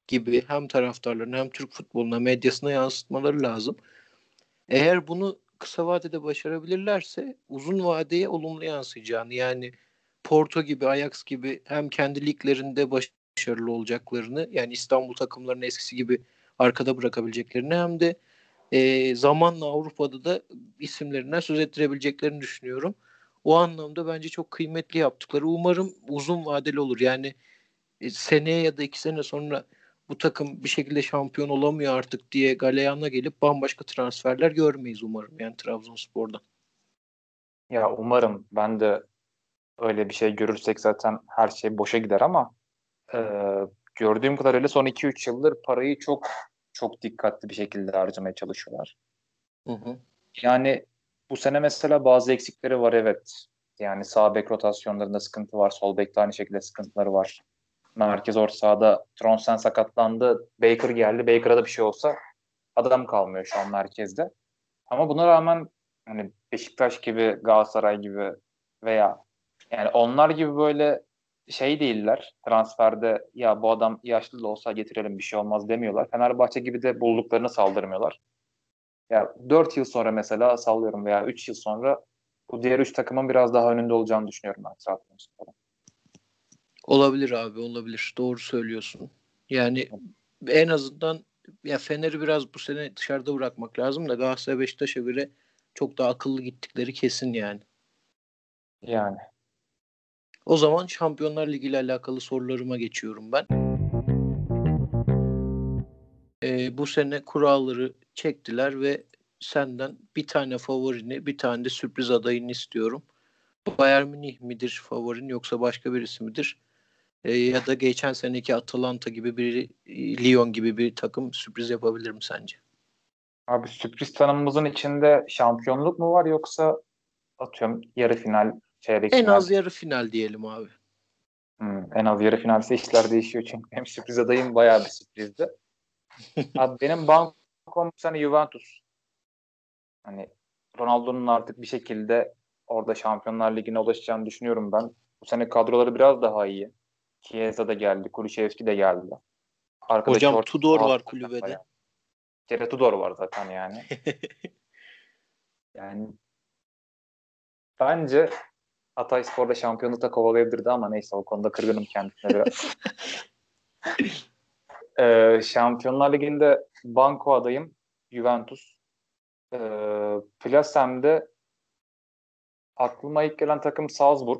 gibi hem taraftarlarına hem Türk futboluna, medyasına yansıtmaları lazım. Eğer bunu kısa vadede başarabilirlerse uzun vadeye olumlu yansıyacağını, yani Porto gibi, Ajax gibi hem kendi liglerinde başarılı olacaklarını, yani İstanbul takımlarının eskisi gibi arkada bırakabileceklerini, hem de e, zamanla Avrupa'da da isimlerinden söz ettirebileceklerini düşünüyorum. O anlamda bence çok kıymetli yaptıkları. Umarım uzun vadeli olur. Yani e, seneye ya da iki sene sonra bu takım bir şekilde şampiyon olamıyor artık diye galeyana gelip bambaşka transferler görmeyiz umarım, yani Trabzonspor'dan. Ya umarım ben de öyle bir şey görürsek zaten her şey boşa gider ama e, gördüğüm kadarıyla son iki üç yıldır parayı çok çok dikkatli bir şekilde harcamaya çalışıyorlar. Hı hı. Yani bu sene mesela bazı eksikleri var, evet. Yani sağ bek rotasyonlarında sıkıntı var. Sol bekte aynı şekilde sıkıntıları var. Merkez orta sahada Tronsen sakatlandı. Baker geldi. Baker'a da bir şey olsa adam kalmıyor şu an merkezde. Ama buna rağmen hani Beşiktaş gibi, Galatasaray gibi veya yani onlar gibi böyle şey değiller. Transferde ya bu adam yaşlı da olsa getirelim bir şey olmaz demiyorlar. Fenerbahçe gibi de bulduklarını saldırmıyorlar. Ya dört yıl sonra mesela sallıyorum veya üç yıl sonra bu diğer üç takımın biraz daha önünde olacağını düşünüyorum ben Trabzonspor'un. Olabilir abi, olabilir. Doğru söylüyorsun. Yani en azından ya Fener'i biraz bu sene dışarıda bırakmak lazım da Galatasaray Beşiktaş'a göre çok daha akıllı gittikleri kesin yani. Yani O zaman Şampiyonlar Ligi ile alakalı sorularıma geçiyorum ben. Ee, bu sene kuralları çektiler ve senden bir tane favorini, bir tane de sürpriz adayını istiyorum. Bayern Münih midir favorin, yoksa başka birisi midir? Ee, ya da geçen seneki Atalanta gibi bir, Lyon gibi bir takım sürpriz yapabilir mi sence? abi sürpriz tanımımızın içinde şampiyonluk mu var yoksa atıyorum yarı final, çeyrek En final? az yarı final diyelim abi. Hmm, en az yarı finalse işler değişiyor çünkü benim sürpriz adayım bayağı bir sürprizdi. Abi benim bankom bu sene Juventus. Hani Ronaldo'nun artık bir şekilde orada Şampiyonlar Ligi'ne ulaşacağını düşünüyorum ben. Bu sene kadroları biraz daha iyi. Chiesa da geldi, Kulusevski de geldi. Arkadaki Hocam orta Tudor saha var zaten kulübede. bayağı. Gerard Tudor var zaten yani. Yani bence Hatayspor'da şampiyonlukta kovalayabilirdi ama neyse o konuda kırgınım kendisine biraz. Ee, Şampiyonlar Ligi'nde banko adayım Juventus. Ee, Plasem'de aklıma ilk gelen takım Salzburg.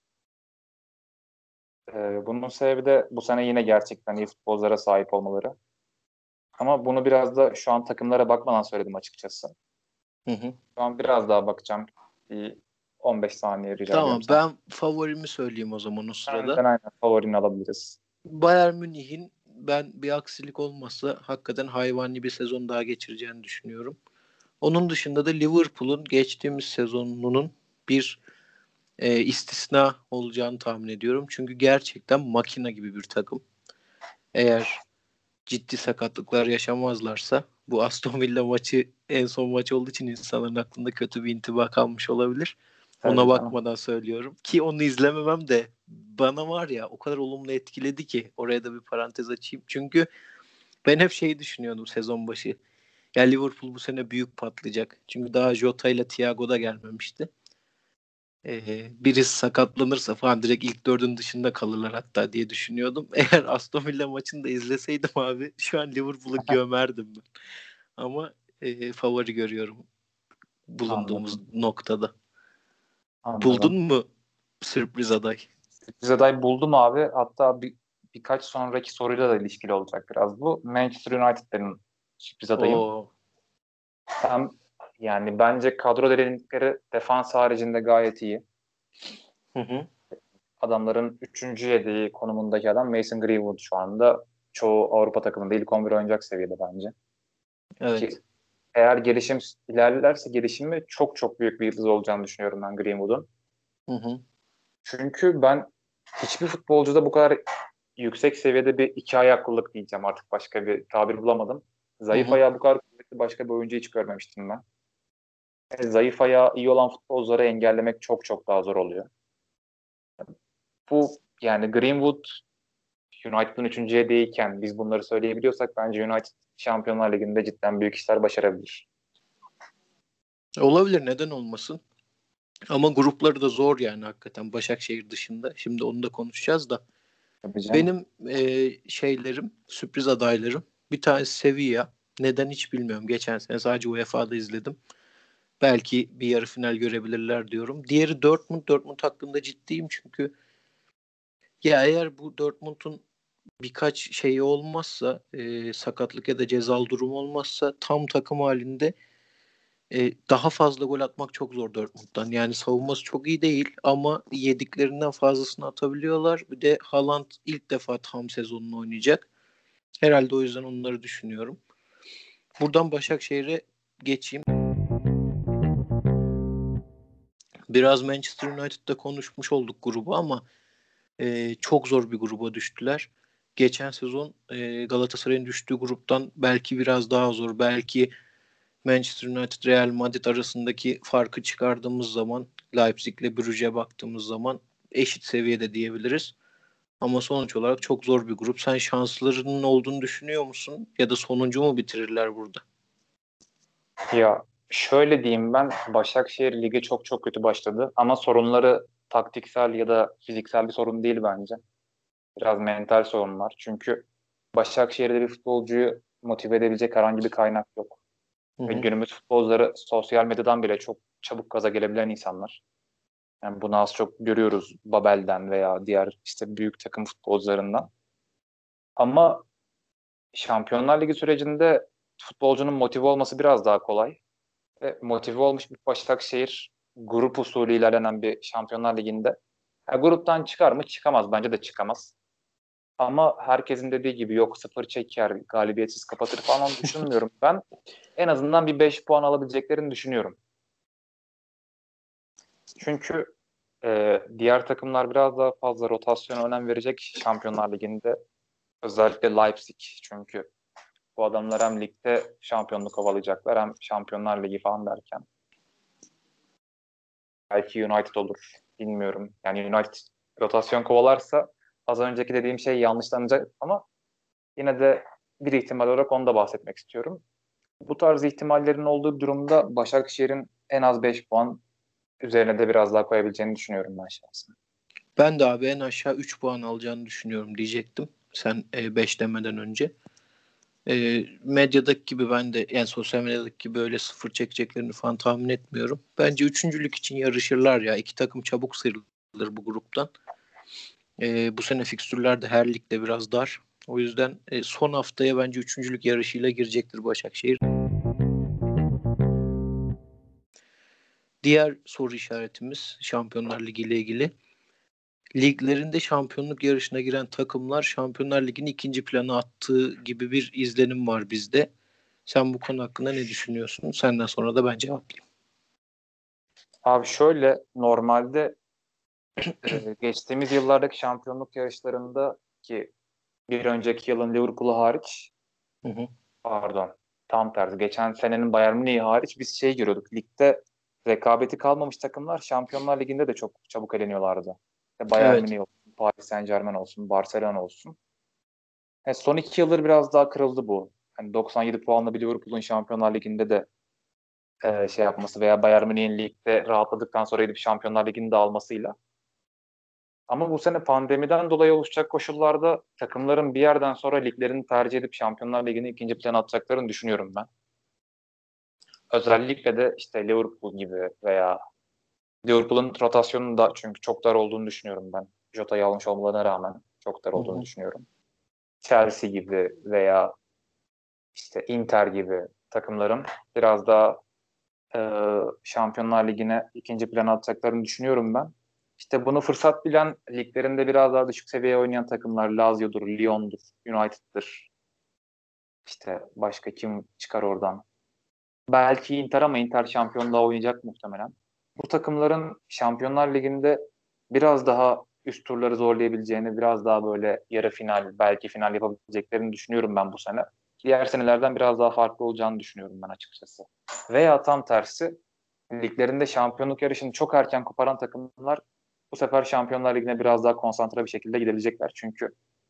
Ee, bunun sebebi de bu sene yine gerçekten iyi futbolculara sahip olmaları. Ama bunu biraz da şu an takımlara bakmadan söyledim açıkçası. Hı hı. Şu an biraz daha bakacağım. Bir on beş saniye rica ediyorum Tamam, sen. ben favorimi söyleyeyim o zaman o sırada. Senden aynen favorini alabiliriz. Bayern Münih'in ben bir aksilik olmazsa hakikaten hayvani bir sezon daha geçireceğini düşünüyorum. Onun dışında da Liverpool'un geçtiğimiz sezonunun bir e, istisna olacağını tahmin ediyorum. Çünkü gerçekten makina gibi bir takım. Eğer ciddi sakatlıklar yaşamazlarsa, bu Aston Villa maçı en son maç olduğu için insanların aklında kötü bir intiba kalmış olabilir. Ona Tabii canım. bakmadan söylüyorum. Ki onu izlememem de bana var ya o kadar olumlu etkiledi ki, oraya da bir parantez açayım. Çünkü ben hep şeyi düşünüyordum sezon başı. Ya Liverpool bu sene büyük patlayacak. Çünkü daha Jota ile Thiago da gelmemişti. Ee, birisi sakatlanırsa falan direkt ilk dördün dışında kalırlar hatta diye düşünüyordum. Eğer Aston Villa maçını da izleseydim abi şu an Liverpool'u gömerdim ben. Ama e, favori görüyorum bulunduğumuz Anladım. noktada. Buldun Anladım. mu sürpriz aday? Sürpriz aday buldum abi. Hatta bir, birkaç sonraki soruyla da ilişkili olacak biraz bu. Manchester United benim sürpriz adayım. O. Hem yani bence kadro derinlikleri defans haricinde gayet iyi. Hı hı. Adamların üçüncü yedeği konumundaki adam Mason Greenwood şu anda çoğu Avrupa takımında ilk on bir oynayacak seviyede bence. Ki Evet. eğer gelişim ilerlerse gelişimi çok çok büyük bir yıldız olacağını düşünüyorum ben Greenwood'un. Hı hı. Çünkü ben hiçbir futbolcuda bu kadar yüksek seviyede bir iki ayaklılık diyeceğim, artık başka bir tabir bulamadım. Hı Zayıf hı. ayağı bu kadar kuvvetli başka bir oyuncu hiç görmemiştim ben. Yani zayıf ayağı iyi olan futbolcuları engellemek çok çok daha zor oluyor. Bu yani Greenwood United'ın üçüncüye değilken biz bunları söyleyebiliyorsak bence United Şampiyonlar Ligi'nde cidden büyük işler başarabilir. Olabilir, neden olmasın? Ama grupları da zor yani hakikaten Başakşehir dışında. Şimdi onu da konuşacağız da. Tabii canım. Benim e, şeylerim, sürpriz adaylarım. Bir tanesi Sevilla. Neden hiç bilmiyorum. Geçen sene sadece U E F A'da izledim. Belki bir yarı final görebilirler diyorum. Diğeri Dortmund. Dortmund hakkında ciddiyim çünkü ya eğer bu Dortmund'un birkaç şeyi olmazsa, e, sakatlık ya da cezalı durum olmazsa tam takım halinde e, daha fazla gol atmak çok zor Dortmund'dan. Yani savunması çok iyi değil ama yediklerinden fazlasını atabiliyorlar. Bir de Haaland ilk defa tam sezonunu oynayacak. Herhalde o yüzden onları düşünüyorum. Buradan Başakşehir'e geçeyim. Biraz Manchester United'da konuşmuş olduk grubu ama e, çok zor bir gruba düştüler. Geçen sezon e, Galatasaray'ın düştüğü gruptan belki biraz daha zor. Belki Manchester United Real Madrid arasındaki farkı çıkardığımız zaman Leipzig'le Brugge'ye baktığımız zaman eşit seviyede diyebiliriz. Ama sonuç olarak çok zor bir grup. Sen şanslarının olduğunu düşünüyor musun? Ya da sonuncu mu bitirirler burada? Ya şöyle diyeyim, ben Başakşehir lige çok çok kötü başladı ama sorunları taktiksel ya da fiziksel bir sorun değil bence. Biraz mental sorunlar. Çünkü Başakşehir'de bir futbolcuyu motive edebilecek herhangi bir kaynak yok. Hı Ve hı. günümüz futbolcuları sosyal medyadan bile çok çabuk gaza gelebilen insanlar. Yani bunu az çok görüyoruz Babel'den veya diğer işte büyük takım futbolcularından. Ama Şampiyonlar Ligi sürecinde futbolcunun motive olması biraz daha kolay. Ve motive olmuş bir Başakşehir grup usulü ilerlenen bir Şampiyonlar Ligi'nde ha, gruptan çıkar mı? Çıkamaz. Bence de çıkamaz. Ama herkesin dediği gibi yok sıfır çeker, galibiyetsiz kapatır falan onu düşünmüyorum. Ben en azından bir beş puan alabileceklerini düşünüyorum. Çünkü e, diğer takımlar biraz daha fazla rotasyona önem verecek Şampiyonlar Ligi'nde. Özellikle Leipzig. Çünkü bu adamlar hem ligde şampiyonluk kovalayacaklar hem Şampiyonlar Ligi falan derken. Belki United olur. Bilmiyorum. Yani United rotasyon kovalarsa az önceki dediğim şey yanlışlanacak ama yine de bir ihtimal olarak onu da bahsetmek istiyorum. Bu tarz ihtimallerin olduğu durumda Başakşehir'in en az beş puan üzerine de biraz daha koyabileceğini düşünüyorum ben şahsen. Ben de abi en aşağı üç puan alacağını düşünüyorum diyecektim. Sen beş demeden önce. E, medyadaki gibi ben de yani sosyal medyadaki gibi öyle sıfır çekeceklerini falan tahmin etmiyorum. Bence üçüncülük için yarışırlar ya. İki takım çabuk sıyrılır bu gruptan. E, bu sene fikstürler de her ligde biraz dar. O yüzden e, son haftaya bence üçüncülük yarışıyla girecektir Başakşehir. Diğer soru işaretimiz Şampiyonlar Ligi ile ilgili. Liglerinde şampiyonluk yarışına giren takımlar Şampiyonlar Ligi'nin ikinci plana attığı gibi bir izlenim var bizde. Sen bu konu hakkında ne düşünüyorsun? Senden sonra da ben cevaplayayım. Abi şöyle normalde e, geçtiğimiz yıllardaki şampiyonluk yarışlarında ki bir önceki yılın Liverpool'u hariç Hı hı. pardon tam tersi geçen senenin Bayern Münih'i hariç biz şey görüyorduk ligde rekabeti kalmamış takımlar Şampiyonlar Ligi'nde de çok çabuk eleniyorlardı. İşte Bayern Evet. Münih olsun, Paris Saint-Germain olsun, Barcelona olsun. E, son iki yıldır biraz daha kırıldı bu. Hani doksan yedi puanla bir Liverpool'un Şampiyonlar Ligi'nde de e, şey yapması veya Bayern Münih'in ligde rahatladıktan sonra gidip Şampiyonlar Ligi'ni de almasıyla. Ama bu sene pandemiden dolayı oluşacak koşullarda takımların bir yerden sonra liglerini tercih edip Şampiyonlar Ligi'ni ikinci plana atacaklarını düşünüyorum ben. Özellikle de işte Liverpool gibi veya Liverpool'un rotasyonunun da çünkü çok dar olduğunu düşünüyorum ben. Jota'yı almış olmalarına rağmen çok dar Hı olduğunu hı. düşünüyorum. Chelsea gibi veya işte Inter gibi takımların biraz daha e, Şampiyonlar Ligi'ne ikinci plana atacaklarını düşünüyorum ben. İşte bunu fırsat bilen liglerinde biraz daha düşük seviyeye oynayan takımlar Lazio'dur, Lyon'dur, United'dır. İşte başka kim çıkar oradan? Belki Inter ama Inter şampiyonluğa oynayacak muhtemelen. Bu takımların Şampiyonlar Ligi'nde biraz daha üst turları zorlayabileceğini, biraz daha böyle yarı final, belki final yapabileceklerini düşünüyorum ben bu sene. Diğer senelerden biraz daha farklı olacağını düşünüyorum ben açıkçası. Veya tam tersi, liglerinde şampiyonluk yarışını çok erken koparan takımlar bu sefer Şampiyonlar Ligi'ne biraz daha konsantre bir şekilde gidebilecekler. Çünkü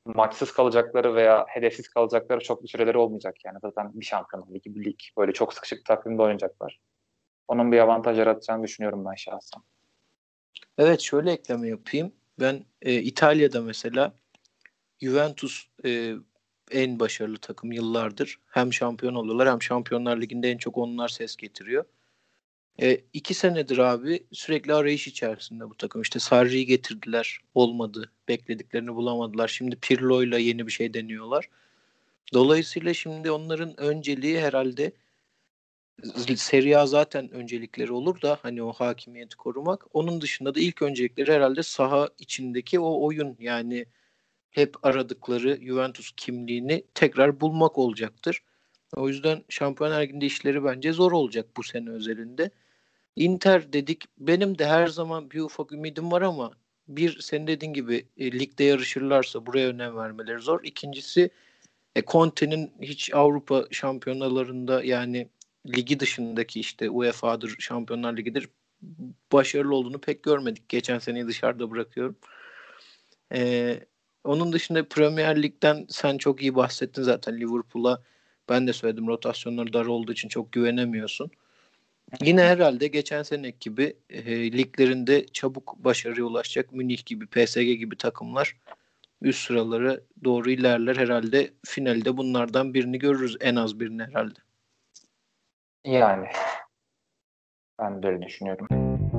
maçsız kalacakları veya hedefsiz kalacakları çok bir süreleri olmayacak yani. Zaten bir Şampiyonlar Ligi, bir lig böyle çok sıkışık takvimde oynayacaklar. Onun bir avantaj yaratacağını düşünüyorum ben şahsen. Evet, şöyle ekleme yapayım. Ben e, İtalya'da mesela Juventus e, en başarılı takım yıllardır. Hem şampiyon oluyorlar hem Şampiyonlar Ligi'nde en çok onlar ses getiriyor. E, iki senedir abi sürekli arayış içerisinde bu takım. İşte Sarri'yi getirdiler. Olmadı. Beklediklerini bulamadılar. Şimdi Pirlo'yla yeni bir şey deniyorlar. Dolayısıyla şimdi onların önceliği herhalde Serie A zaten öncelikleri olur da hani o hakimiyeti korumak. Onun dışında da ilk öncelikleri herhalde saha içindeki o oyun, yani hep aradıkları Juventus kimliğini tekrar bulmak olacaktır. O yüzden Şampiyonlar Ligi'nde işleri bence zor olacak bu sene özelinde. Inter dedik. Benim de her zaman bir ufak ümidim var ama bir, senin dediğin gibi e, ligde yarışırlarsa buraya önem vermeleri zor. İkincisi e, Conte'nin hiç Avrupa şampiyonalarında, yani ligi dışındaki işte U E F A'dır, Şampiyonlar Ligi'dir, başarılı olduğunu pek görmedik. Geçen seneyi dışarıda bırakıyorum. E, Onun dışında Premier Lig'den sen çok iyi bahsettin zaten. Liverpool'a ben de söyledim, rotasyonları dar olduğu için çok güvenemiyorsun. Yine herhalde geçen seneki gibi e, liglerinde çabuk başarıya ulaşacak Münih gibi, P S G gibi takımlar üst sıralara doğru ilerler. Herhalde finalde bunlardan birini görürüz, en az birini herhalde. Yani ben de öyle düşünüyorum.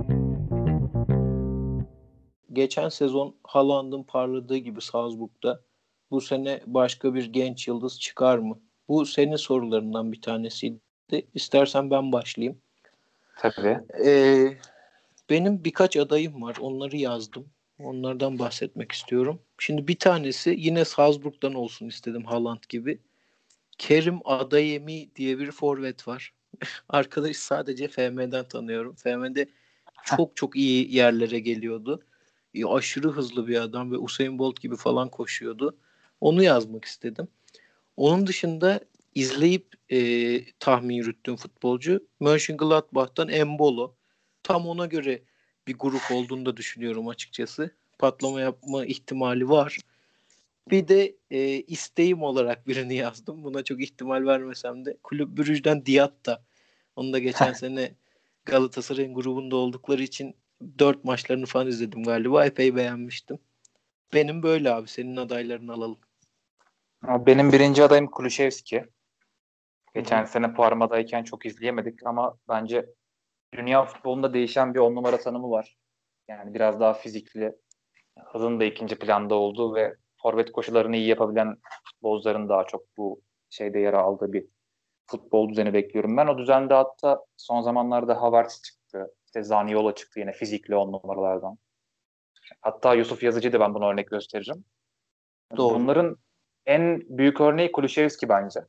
Geçen sezon Haaland'ın parladığı gibi Salzburg'da bu sene başka bir genç yıldız çıkar mı? Bu senin sorularından bir tanesiydi. İstersen ben başlayayım. Tabii. Ee, Benim birkaç adayım var. Onları yazdım. Onlardan bahsetmek istiyorum. Şimdi bir tanesi yine Salzburg'dan olsun istedim, Haaland gibi. Kerim Adeyemi diye bir forvet var. Arkadaş sadece F M'den tanıyorum. F M'de çok çok iyi yerlere geliyordu. E, aşırı hızlı bir adam ve Usain Bolt gibi falan koşuyordu. Onu yazmak istedim. Onun dışında izleyip e, tahmin yürüttüğüm futbolcu Mönchengladbach'tan Embolo. Tam ona göre bir grup olduğunu da düşünüyorum açıkçası. Patlama yapma ihtimali var. Bir de e, isteğim olarak birini yazdım. Buna çok ihtimal vermesem de. Kulüp Brugge'den Diatta. Onu da geçen sene Galatasaray'ın grubunda oldukları için dört maçlarını falan izledim galiba. Epey beğenmiştim. Benim böyle abi. Senin adaylarını alalım. Benim birinci adayım Kulusevski. Hı Geçen hı. sene Parma'dayken çok izleyemedik ama bence dünya futbolunda değişen bir on numara tanımı var. Yani biraz daha fizikli, hızın da ikinci planda olduğu ve forvet koşularını iyi yapabilen futbolcuların daha çok bu şeyde yer aldığı bir futbol düzeni bekliyorum. Ben o düzende hatta son zamanlarda Havertz çıktı. İşte Zaniolo çıktı yine fizikli on numaralardan. Hatta Yusuf Yazıcı'yı da ben buna örnek gösteririm. Doğru. Bunların en büyük örneği Kulusevski bence.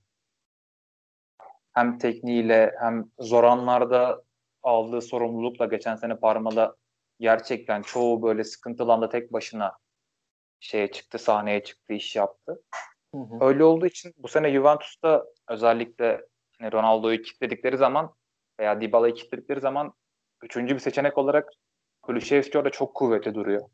Hem tekniğiyle hem zor anlarda aldığı sorumlulukla geçen sene Parma'da gerçekten çoğu böyle sıkıntılı anda tek başına şeye çıktı, sahneye çıktı, iş yaptı. Hı hı. Öyle olduğu için bu sene Juventus'ta özellikle hani Ronaldo'yu kilitledikleri zaman veya Dybala'yı kilitledikleri zaman üçüncü bir seçenek olarak Kulusevski orada çok kuvvetli duruyor.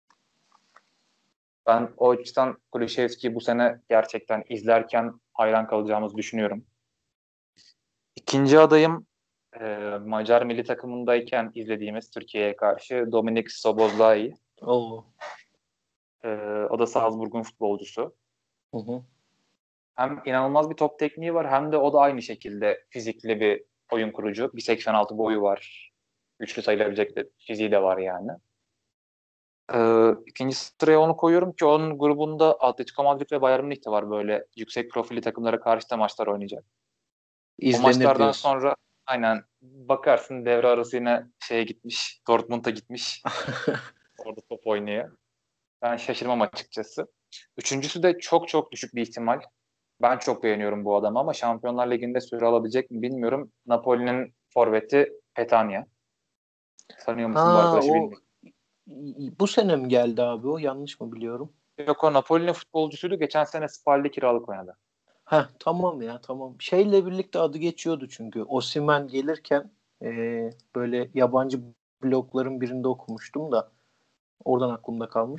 Ben o açıdan Kulusevski'yi bu sene gerçekten izlerken hayran kalacağımızı düşünüyorum. İkinci adayım e, Macar milli takımındayken izlediğimiz Türkiye'ye karşı Dominik Szoboszlai. Oo. E, O da Salzburg'un futbolcusu. Hı hı. Hem inanılmaz bir top tekniği var hem de o da aynı şekilde fizikli bir oyun kurucu. bir seksen altı boyu var. Güçlü sayılabilecek de fiziği de var yani. Ee, ikinci sıraya onu koyuyorum ki onun grubunda Atletico Madrid ve Bayern Münih de var, böyle yüksek profilli takımlara karşı da maçlar oynayacak. O İzlenir maçlardan diyorsun. sonra aynen bakarsın devre arası yine şeye gitmiş, Dortmund'a gitmiş. Orada top oynuyor. Ben şaşırmam açıkçası. Üçüncüsü de çok çok düşük bir ihtimal. Ben çok beğeniyorum bu adamı ama Şampiyonlar Ligi'nde süre alabilecek mi bilmiyorum. Napoli'nin forveti Petagna. Tanıyor musun bu Ha, arkadaşı o bilmiyorum. bu sene mi geldi abi o? Yanlış mı biliyorum? Yok, o Napoli'nin futbolcusuydu. Geçen sene Spal'de kiralık oynadı. Ha, tamam ya, tamam. Şeyle birlikte adı geçiyordu çünkü. Osimhen gelirken e, böyle yabancı blogların birinde okumuştum da oradan aklımda kalmış.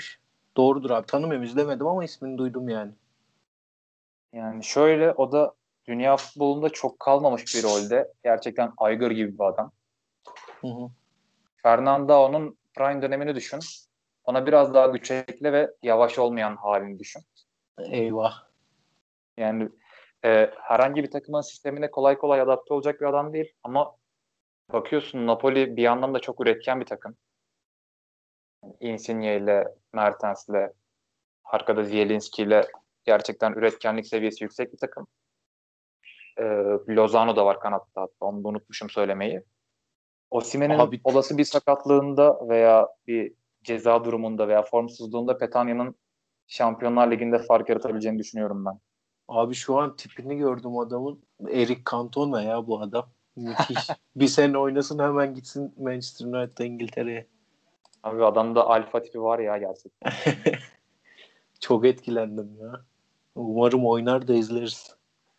Doğrudur abi. Tanımıyorum, izlemedim ama ismini duydum yani. Yani şöyle, o da dünya futbolunda çok kalmamış bir rolde. Gerçekten aygır gibi bir adam. Hı hı. Fernando'nun prime dönemini düşün. Ona biraz daha güç ekle ve yavaş olmayan halini düşün. Eyvah. Yani e, herhangi bir takımın sistemine kolay kolay adapte olacak bir adam değil. Ama bakıyorsun, Napoli bir yandan da çok üretken bir takım. Insigne ile, Mertens ile, arkada Zielinski ile gerçekten üretkenlik seviyesi yüksek bir takım. E, Lozano da var kanatta hatta. Onu da unutmuşum söylemeyi. Osimhen'in Abi olası bir sakatlığında veya bir ceza durumunda veya formsuzluğunda Petagnia'nın Şampiyonlar Ligi'nde fark yaratabileceğini düşünüyorum ben. abi şu an tipini gördüm adamın. Eric Cantona ya bu adam. Müthiş. Bir sene oynasın, hemen gitsin Manchester United'a, İngiltere'ye. Abi adamda alfa tipi var ya gerçekten. Çok etkilendim ya. Umarım oynar da izleriz.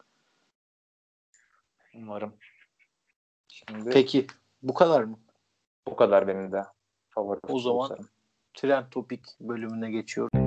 Umarım. Şimdi Peki bu kadar mı? bu kadar benim de favori O zaman futbolcularım. Trend Topic bölümüne geçiyorum.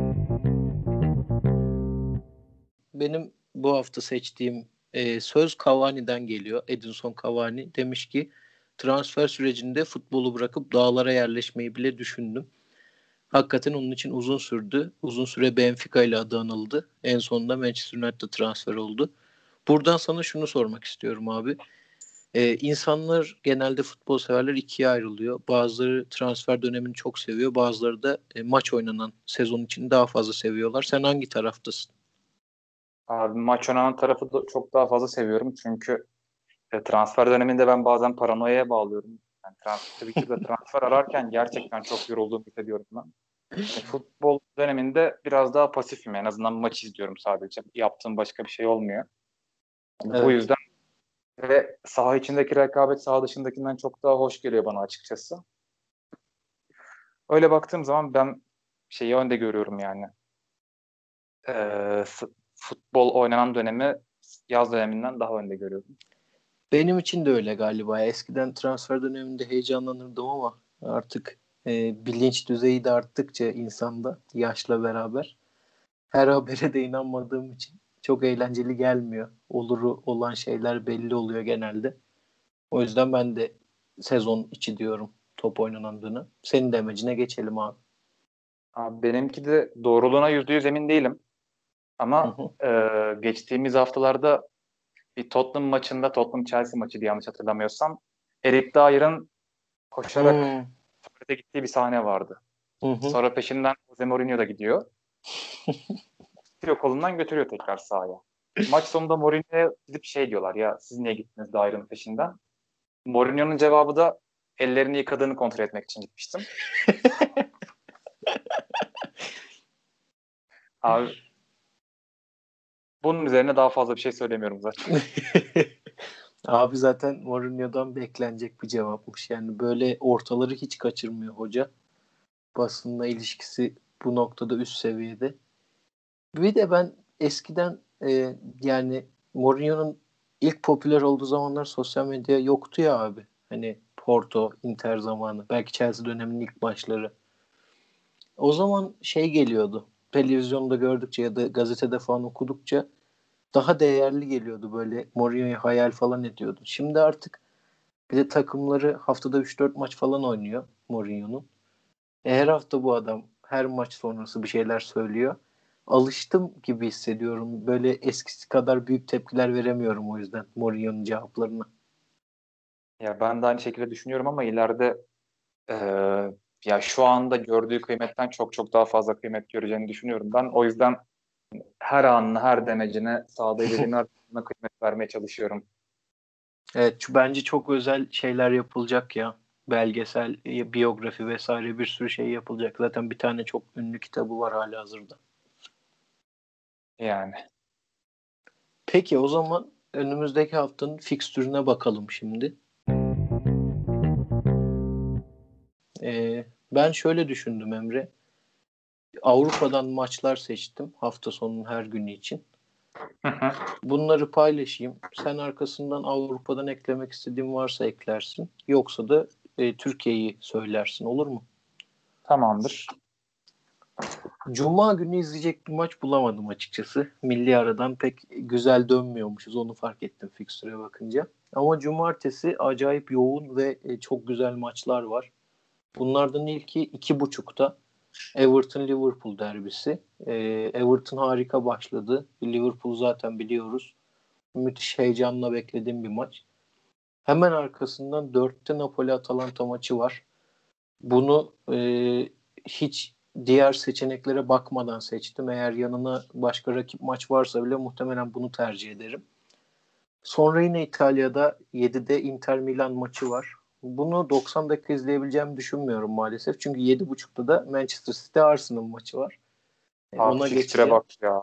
Benim bu hafta seçtiğim e, söz Cavani'den geliyor. Edinson Cavani demiş ki transfer sürecinde futbolu bırakıp dağlara yerleşmeyi bile düşündüm. Hakikaten onun için uzun sürdü. Uzun süre Benfica ile adı anıldı. En sonunda Manchester United'a transfer oldu. Buradan sana şunu sormak istiyorum abi. Ee, insanlar genelde, futbol severler ikiye ayrılıyor. Bazıları transfer dönemini çok seviyor. Bazıları da e, maç oynanan sezon için daha fazla seviyorlar. Sen hangi taraftasın? Abi maç oynanan tarafı da çok daha fazla seviyorum. Çünkü e, transfer döneminde ben bazen paranoyaya bağlıyorum. Yani trans Twitter'da transfer ararken gerçekten çok yorulduğumu hissediyorum ben. Hani futbol döneminde biraz daha pasifim. En azından maç izliyorum sadece. Yaptığım başka bir şey olmuyor. Yani bu Evet. yüzden ve saha içindeki rekabet saha dışındakinden çok daha hoş geliyor bana açıkçası. Öyle baktığım zaman ben şeyi önde görüyorum yani. Ee, f- futbol oynanan dönemi yaz döneminden daha önde görüyorum. Benim için de öyle galiba. Eskiden transfer döneminde heyecanlanırdım ama artık e, bilinç düzeyi de arttıkça insanda, yaşla beraber, her habere de inanmadığım için çok eğlenceli gelmiyor. Oluru olan şeyler belli oluyor genelde. O yüzden ben de sezon içi diyorum top oynanandığını. Senin demecine geçelim abi. Abi benimki de doğruluğuna yüzde yüz emin değilim. Hı Ama hı. e, geçtiğimiz haftalarda bir Tottenham maçında, Tottenham Chelsea maçıydı yanlış hatırlamıyorsam, Eric Dyer'ın koşarak Hı tuvalete gittiği bir sahne vardı. hı. Hı. Sonra peşinden Jose Mourinho da gidiyor. Tutuyor kolundan, götürüyor tekrar sahaya. Maç sonunda Mourinho'ya gidip şey diyorlar, ya siz niye gittiniz Dyer'ın peşinden? Mourinho'nun cevabı da ellerini yıkadığını kontrol etmek için gitmiştim. Abi bunun üzerine daha fazla bir şey söylemiyorum zaten. Abi zaten Mourinho'dan beklenecek bir cevapmış. Yani böyle ortaları hiç kaçırmıyor hoca. Basınla ilişkisi bu noktada üst seviyede. Bir de ben eskiden e, yani Mourinho'nun ilk popüler olduğu zamanlar sosyal medya yoktu ya abi. Hani Porto, Inter zamanı. Belki Chelsea döneminin ilk başları. O zaman şey geliyordu. Televizyonda gördükçe ya da gazetede falan okudukça daha değerli geliyordu, böyle Mourinho'yu hayal falan ediyordu. Şimdi artık bir de takımları haftada üç dört maç falan oynuyor Mourinho'nun. E, her hafta bu adam her maç sonrası bir şeyler söylüyor. Alıştım gibi hissediyorum. Böyle eskisi kadar büyük tepkiler veremiyorum o yüzden Mourinho'nun cevaplarına. Ya ben de aynı şekilde düşünüyorum ama ileride e, ya şu anda gördüğü kıymetten çok çok daha fazla kıymet göreceğini düşünüyorum. Ben o yüzden her anına, her demecine, sahada izlediğim her anına kıymet vermeye çalışıyorum. Evet, şu bence çok özel şeyler yapılacak ya. Belgesel, e, biyografi vesaire bir sürü şey yapılacak. Zaten bir tane çok ünlü kitabı var halihazırda. Yani. Peki o zaman önümüzdeki haftanın fikstürüne bakalım şimdi. Ee, ben şöyle düşündüm Emre. Avrupa'dan maçlar seçtim hafta sonunun her günü için. Hı hı. Bunları paylaşayım. Sen arkasından Avrupa'dan eklemek istediğin varsa eklersin. Yoksa da e, Türkiye'yi söylersin, olur mu? Tamamdır. Cuma günü izleyecek bir maç bulamadım açıkçası. Milli aradan pek güzel dönmüyormuşuz. Onu fark ettim fikstüre bakınca. Ama cumartesi acayip yoğun ve e, çok güzel maçlar var. Bunlardan ilki iki buçukta Everton-Liverpool derbisi. E, Everton harika başladı. Liverpool zaten biliyoruz. Müthiş heyecanla beklediğim bir maç. Hemen arkasından dörtte Napoli-Atalanta maçı var. Bunu e, hiç diğer seçeneklere bakmadan seçtim. Eğer yanına başka rakip maç varsa bile muhtemelen bunu tercih ederim. Sonra yine İtalya'da yedide Inter Milan maçı var. Bunu doksan dakika izleyebileceğimi düşünmüyorum maalesef. Çünkü yedi buçukta da Manchester City Arsenal maçı var. E, Abi ona fikstüre geçeceğim. bak ya.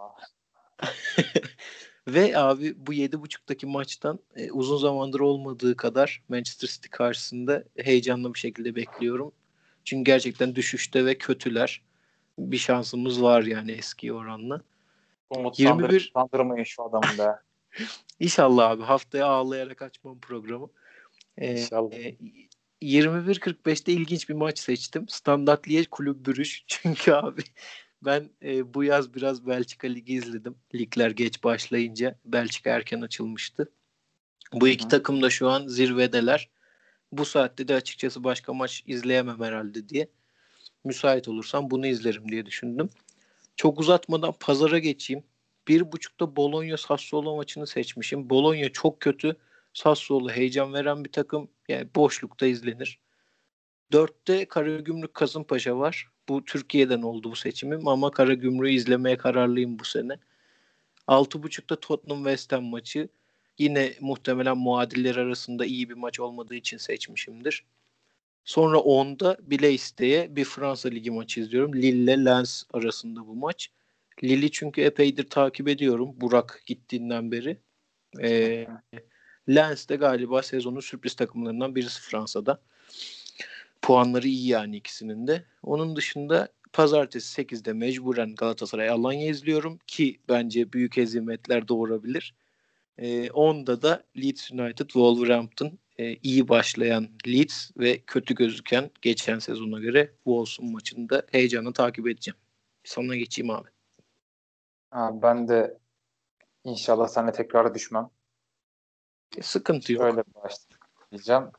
Ve abi bu yedi buçuktaki maçtan e, uzun zamandır olmadığı kadar Manchester City karşısında heyecanlı bir şekilde bekliyorum. Çünkü gerçekten düşüşte ve kötüler. Bir şansımız var yani eski oranla. Umutlandırıp yirmi bir utandırmayın şu adamı be. İnşallah abi haftaya ağlayarak açmam programı. Ee, İnşallah. e, yirmi bir kırk beşte ilginç bir maç seçtim. Standard Liège Kulüp Brugge. Çünkü abi ben e, bu yaz biraz Belçika Ligi izledim. Ligler geç başlayınca Belçika erken açılmıştı. Bu Hı iki hı. takım da şu an zirvedeler. Bu saatte de açıkçası başka maç izleyemem herhalde diye. Müsait olursam bunu izlerim diye düşündüm. Çok uzatmadan pazara geçeyim. Bir buçukta Bologna Sassuolo maçını seçmişim. Bologna çok kötü. Sassuolo heyecan veren bir takım. Yani boşlukta izlenir. Dörtte Karagümrük Kasımpaşa var. Bu Türkiye'den oldu bu seçimim ama Karagümrük'ü izlemeye kararlıyım bu sene. Altı buçukta Tottenham West Ham maçı. Yine muhtemelen muadiller arasında iyi bir maç olmadığı için seçmişimdir. Sonra onda bile isteye bir Fransa Ligi maçı izliyorum. Lille ile Lens arasında bu maç. Lille'i çünkü epeydir takip ediyorum. Burak gittiğinden beri. Ee, Lens de galiba sezonun sürpriz takımlarından birisi Fransa'da. Puanları iyi yani ikisinin de. Onun dışında pazartesi sekizde mecburen Galatasaray Alanya izliyorum ki bence büyük hezimetler doğurabilir. E, onda da Leeds United Wolverhampton e, iyi başlayan Leeds ve kötü gözüken geçen sezona göre Wolves'un maçını da heyecanla takip edeceğim. Sana geçeyim abi. Abi ben de inşallah seninle tekrar düşmem. E, sıkıntı yok. Şöyle başlayacağım.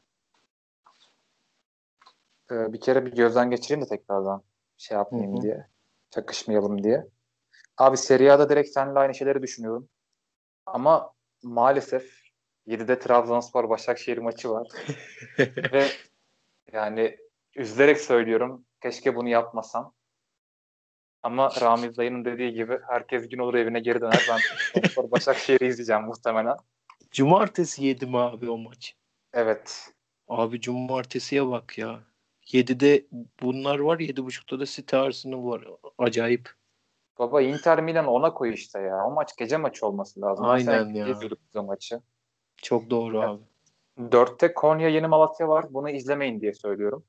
Ee, bir kere bir gözden geçireyim de tekrardan şey Hı yapmayayım hı. diye. Çakışmayalım diye. Abi Serie A'da direkt seninle aynı şeyleri düşünüyorum. Ama maalesef yedide Trabzonspor Başakşehir maçı var. Ve yani üzülerek söylüyorum. Keşke bunu yapmasam. Ama Ramiz dayının dediği gibi herkes gün olur evine geri döner. Ben Trabzonspor Başakşehir'i izleyeceğim muhtemelen. Cumartesi yedi mi abi o maç? Evet. Abi cumartesiye bak ya. yedide bunlar var. yedi buçukta da City Arsenal var. Acayip. Baba Inter Milan ona koy işte ya. O maç gece maçı olması lazım. Her sene Aynen gece ya. izliyorduk biz o maçı. Çok doğru Evet. abi. Dörtte Konya Yeni Malatya var. Bunu izlemeyin diye söylüyorum.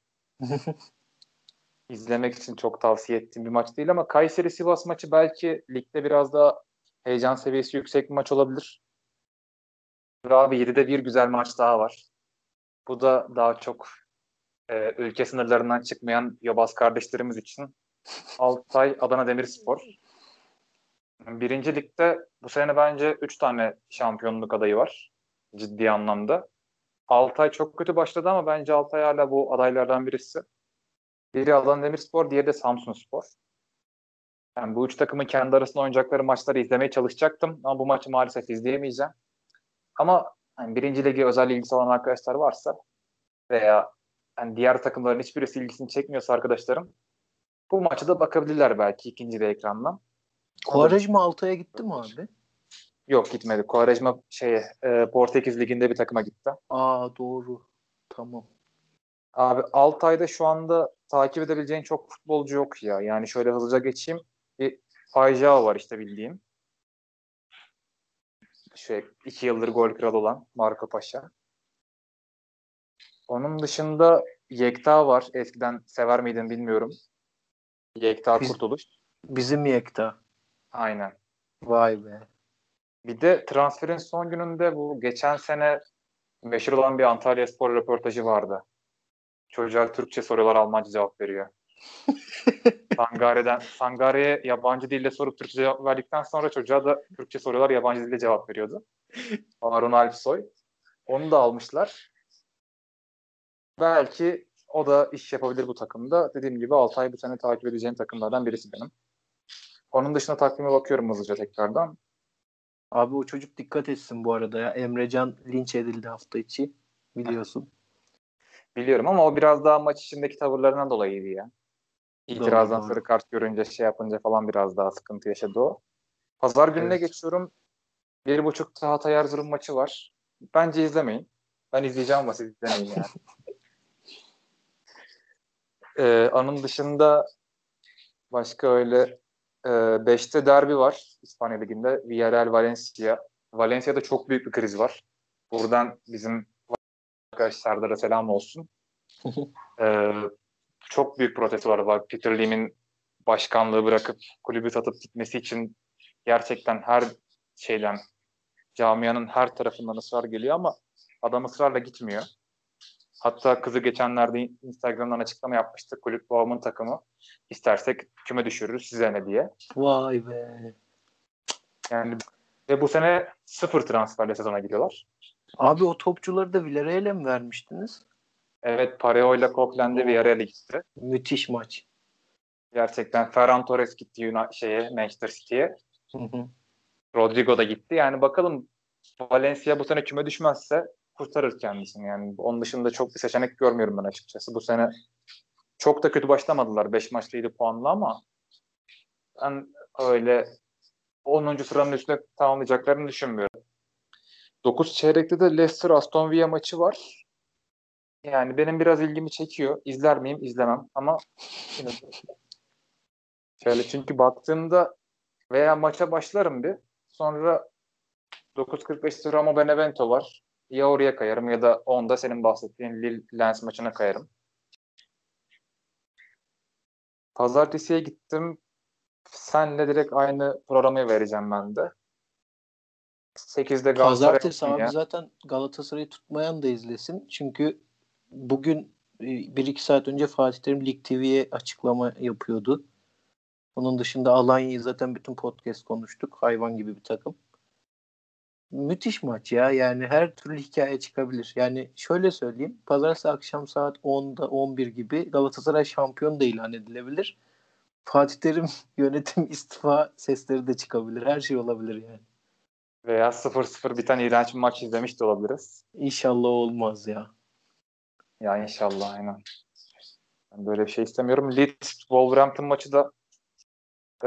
İzlemek için çok tavsiye ettiğim bir maç değil ama Kayseri Sivas maçı belki ligde biraz daha heyecan seviyesi yüksek bir maç olabilir. Ve abi yedide bir güzel maç daha var. Bu da daha çok e, ülke sınırlarından çıkmayan yobaz kardeşlerimiz için Altay Adana Demirspor. Birinci ligde bu sene bence üç tane şampiyonluk adayı var. Ciddi anlamda. Altay çok kötü başladı ama bence Altay hala bu adaylardan birisi. Biri Adana Demirspor, diğeri de Samsunspor. Yani bu üç takımın kendi arasında oynayacakları maçları izlemeye çalışacaktım ama bu maçı maalesef izleyemeyeceğim. Ama hani birinci ligi özel ilgisi olan arkadaşlar varsa veya yani diğer takımların hiçbirisi ilgisini çekmiyorsa arkadaşlarım bu maçı da bakabilirler belki ikinci bir ekrandan. O da Quaresma Altay'a gitti mi abi? yok gitmedi. Quaresma şeye e, Portekiz Ligi'nde bir takıma gitti. Aa doğru. Tamam. Abi Altay'da şu anda takip edebileceğin çok futbolcu yok ya. Yani şöyle hızlıca geçeyim. Bir Fajao var işte bildiğim. Şey, iki yıldır gol kralı olan Marco Paşa. Onun dışında Yekta var. Eskiden sever miydin bilmiyorum. Yekta Biz, Kurtuluş. bizim Yekta. Aynen. Vay be. Bir de transferin son gününde bu geçen sene meşhur olan bir Antalyaspor röportajı vardı. Çocuğa Türkçe soruyorlar, Almanca cevap veriyor. Sangare'den Sangare'ye yabancı dille sorup Türkçe cevap verdikten sonra çocuğa da Türkçe soruyorlar, yabancı dille cevap veriyordu. Harun Alpsoy. Onu da almışlar. Belki o da iş yapabilir bu takımda. Dediğim gibi Altay bu sene takip edeceğim takımlardan birisi benim. Onun dışında takvime bakıyorum hızlıca tekrardan. Abi o çocuk dikkat etsin bu arada ya. Emrecan linç edildi hafta içi. Biliyorsun. Biliyorum ama o biraz daha maç içindeki tavırlarından dolayıydı ya. Doğru İtirazdan doğru. sarı kart görünce şey yapınca falan biraz daha sıkıntı yaşadı o. Pazar gününe Evet. geçiyorum. Bir buçukta Hatay Erzurum maçı var. Bence izlemeyin. Ben izleyeceğim ama siz izlemeyin yani. Ee, onun dışında başka öyle e, beşte derbi var İspanya Ligi'nde. Villarreal Valencia. Valencia'da çok büyük bir kriz var. Buradan bizim arkadaşlara selam olsun. Ee, çok büyük protesto var. Bak, Peter Lim'in başkanlığı bırakıp kulübü satıp gitmesi için gerçekten her şeyden, camianın her tarafından ısrar geliyor ama adam ısrarla gitmiyor. Hatta kızı geçenlerde Instagram'dan açıklama yapmıştı. Kulüp babamın takımı. İstersek küme düşürürüz size ne diye. Vay be. Yani ve bu sene sıfır transferle sezona giriyorlar. Abi o topçuları da Villarreal'e mi vermiştiniz? Evet, Pareo ile Coquelin bir araya Oo, gitti. müthiş maç. Gerçekten Ferran Torres gitti Yunan şeye Manchester City'ye. Hı hı. Rodrigo da gitti. Yani bakalım Valencia bu sene küme düşmezse kurtarır kendisini. Yani onun dışında çok bir seçenek görmüyorum ben açıkçası. Bu sene çok da kötü başlamadılar. beş maçta yedi puanlı ama ben öyle onuncu sıranın üstüne tamamlayacaklarını düşünmüyorum. dokuz çeyrekte de Leicester Aston Villa maçı var. Yani benim biraz ilgimi çekiyor. İzler miyim? İzlemem ama yine de şöyle, çünkü baktığımda veya maça başlarım bir. Sonra dokuz kırk beş Ramo Benevento var. Ya oraya kayarım ya da onda senin bahsettiğin Lille Lens maçına kayarım. Pazartesiye gittim. Senle direkt aynı programı vereceğim ben de. sekizde Galatasaray Pazartesi abi Alanya. zaten Galatasaray'ı tutmayan da izlesin. Çünkü bugün e, bir iki saat önce Fatih Terim Lig T V'ye açıklama yapıyordu. Onun dışında Alanya'yı zaten bütün podcast konuştuk. Hayvan gibi bir takım. Müthiş maç ya. Yani her türlü hikaye çıkabilir. Yani şöyle söyleyeyim. Pazartesi akşam saat onda on bir gibi Galatasaray şampiyon da ilan edilebilir. Fatih Terim yönetim istifa sesleri de çıkabilir. Her şey olabilir yani. Veya sıfır sıfır biten iğrenç bir maç izlemiş de olabiliriz. İnşallah olmaz ya. Ya inşallah, aynen. Ben böyle bir şey istemiyorum. Leeds Wolverhampton maçı da e,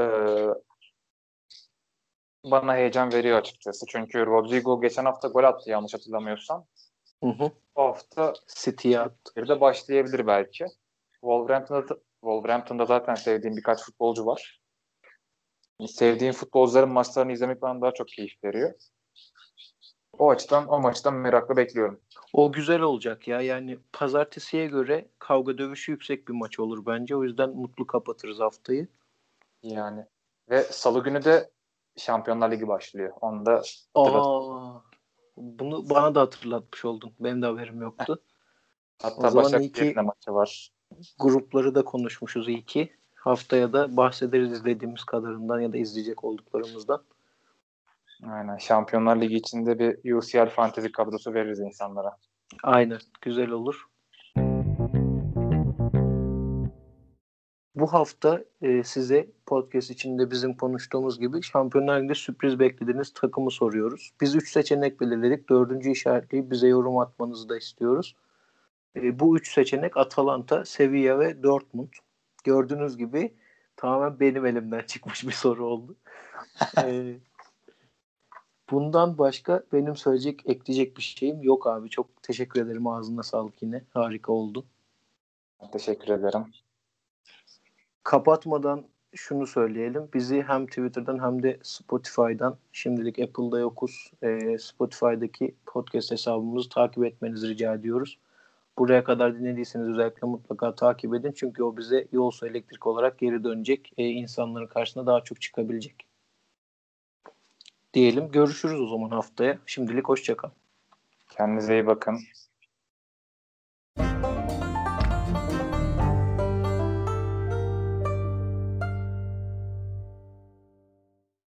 bana heyecan veriyor açıkçası. Çünkü Rodrigo geçen hafta gol attı yanlış hatırlamıyorsam. Hı hı. Bu hafta City'ye attı. bir de başlayabilir belki. Wolverhampton'da, Wolverhampton'da zaten sevdiğim birkaç futbolcu var. Sevdiğim futbolcuların maçlarını izlemek bana daha çok keyif veriyor. O açıdan o maçtan merakla bekliyorum. O güzel olacak ya. Yani pazartesiye göre kavga dövüşü yüksek bir maç olur bence. O yüzden mutlu kapatırız haftayı. Yani ve Salı günü de Şampiyonlar Ligi başlıyor. Onu da hatırlat. Aa, bunu bana da hatırlatmış oldun. Benim de haberim yoktu. O Hatta zaman iyi Başakşehir'in ki de maçı var. grupları da konuşmuşuz iyi ki. Haftaya da bahsederiz izlediğimiz kadarından ya da izleyecek olduklarımızdan. Aynen. Şampiyonlar Ligi içinde bir U C L fantezi kadrosu veririz insanlara. Aynen. Güzel olur. Bu hafta e, size podcast içinde bizim konuştuğumuz gibi Şampiyonlar Ligi'nde sürpriz beklediğiniz takımı soruyoruz. Biz üç seçenek belirledik. Dördüncü işaretleyip bize yorum atmanızı da istiyoruz. E, bu üç seçenek Atalanta, Sevilla ve Dortmund. Gördüğünüz gibi tamamen benim elimden çıkmış bir soru oldu. E, bundan başka benim söyleyecek, ekleyecek bir şeyim yok abi. Çok teşekkür ederim. Ağzına sağlık yine. Harika oldu. Teşekkür ederim. Kapatmadan şunu söyleyelim. Bizi hem Twitter'dan hem de Spotify'dan, şimdilik Apple'da yokuz, e, Spotify'daki podcast hesabımızı takip etmenizi rica ediyoruz. Buraya kadar dinlediyseniz özellikle mutlaka takip edin. Çünkü o bize yolsu elektrik olarak geri dönecek. E, insanların karşısına daha çok çıkabilecek. Diyelim. Görüşürüz o zaman haftaya. Şimdilik hoşça kal. Kendinize iyi bakın.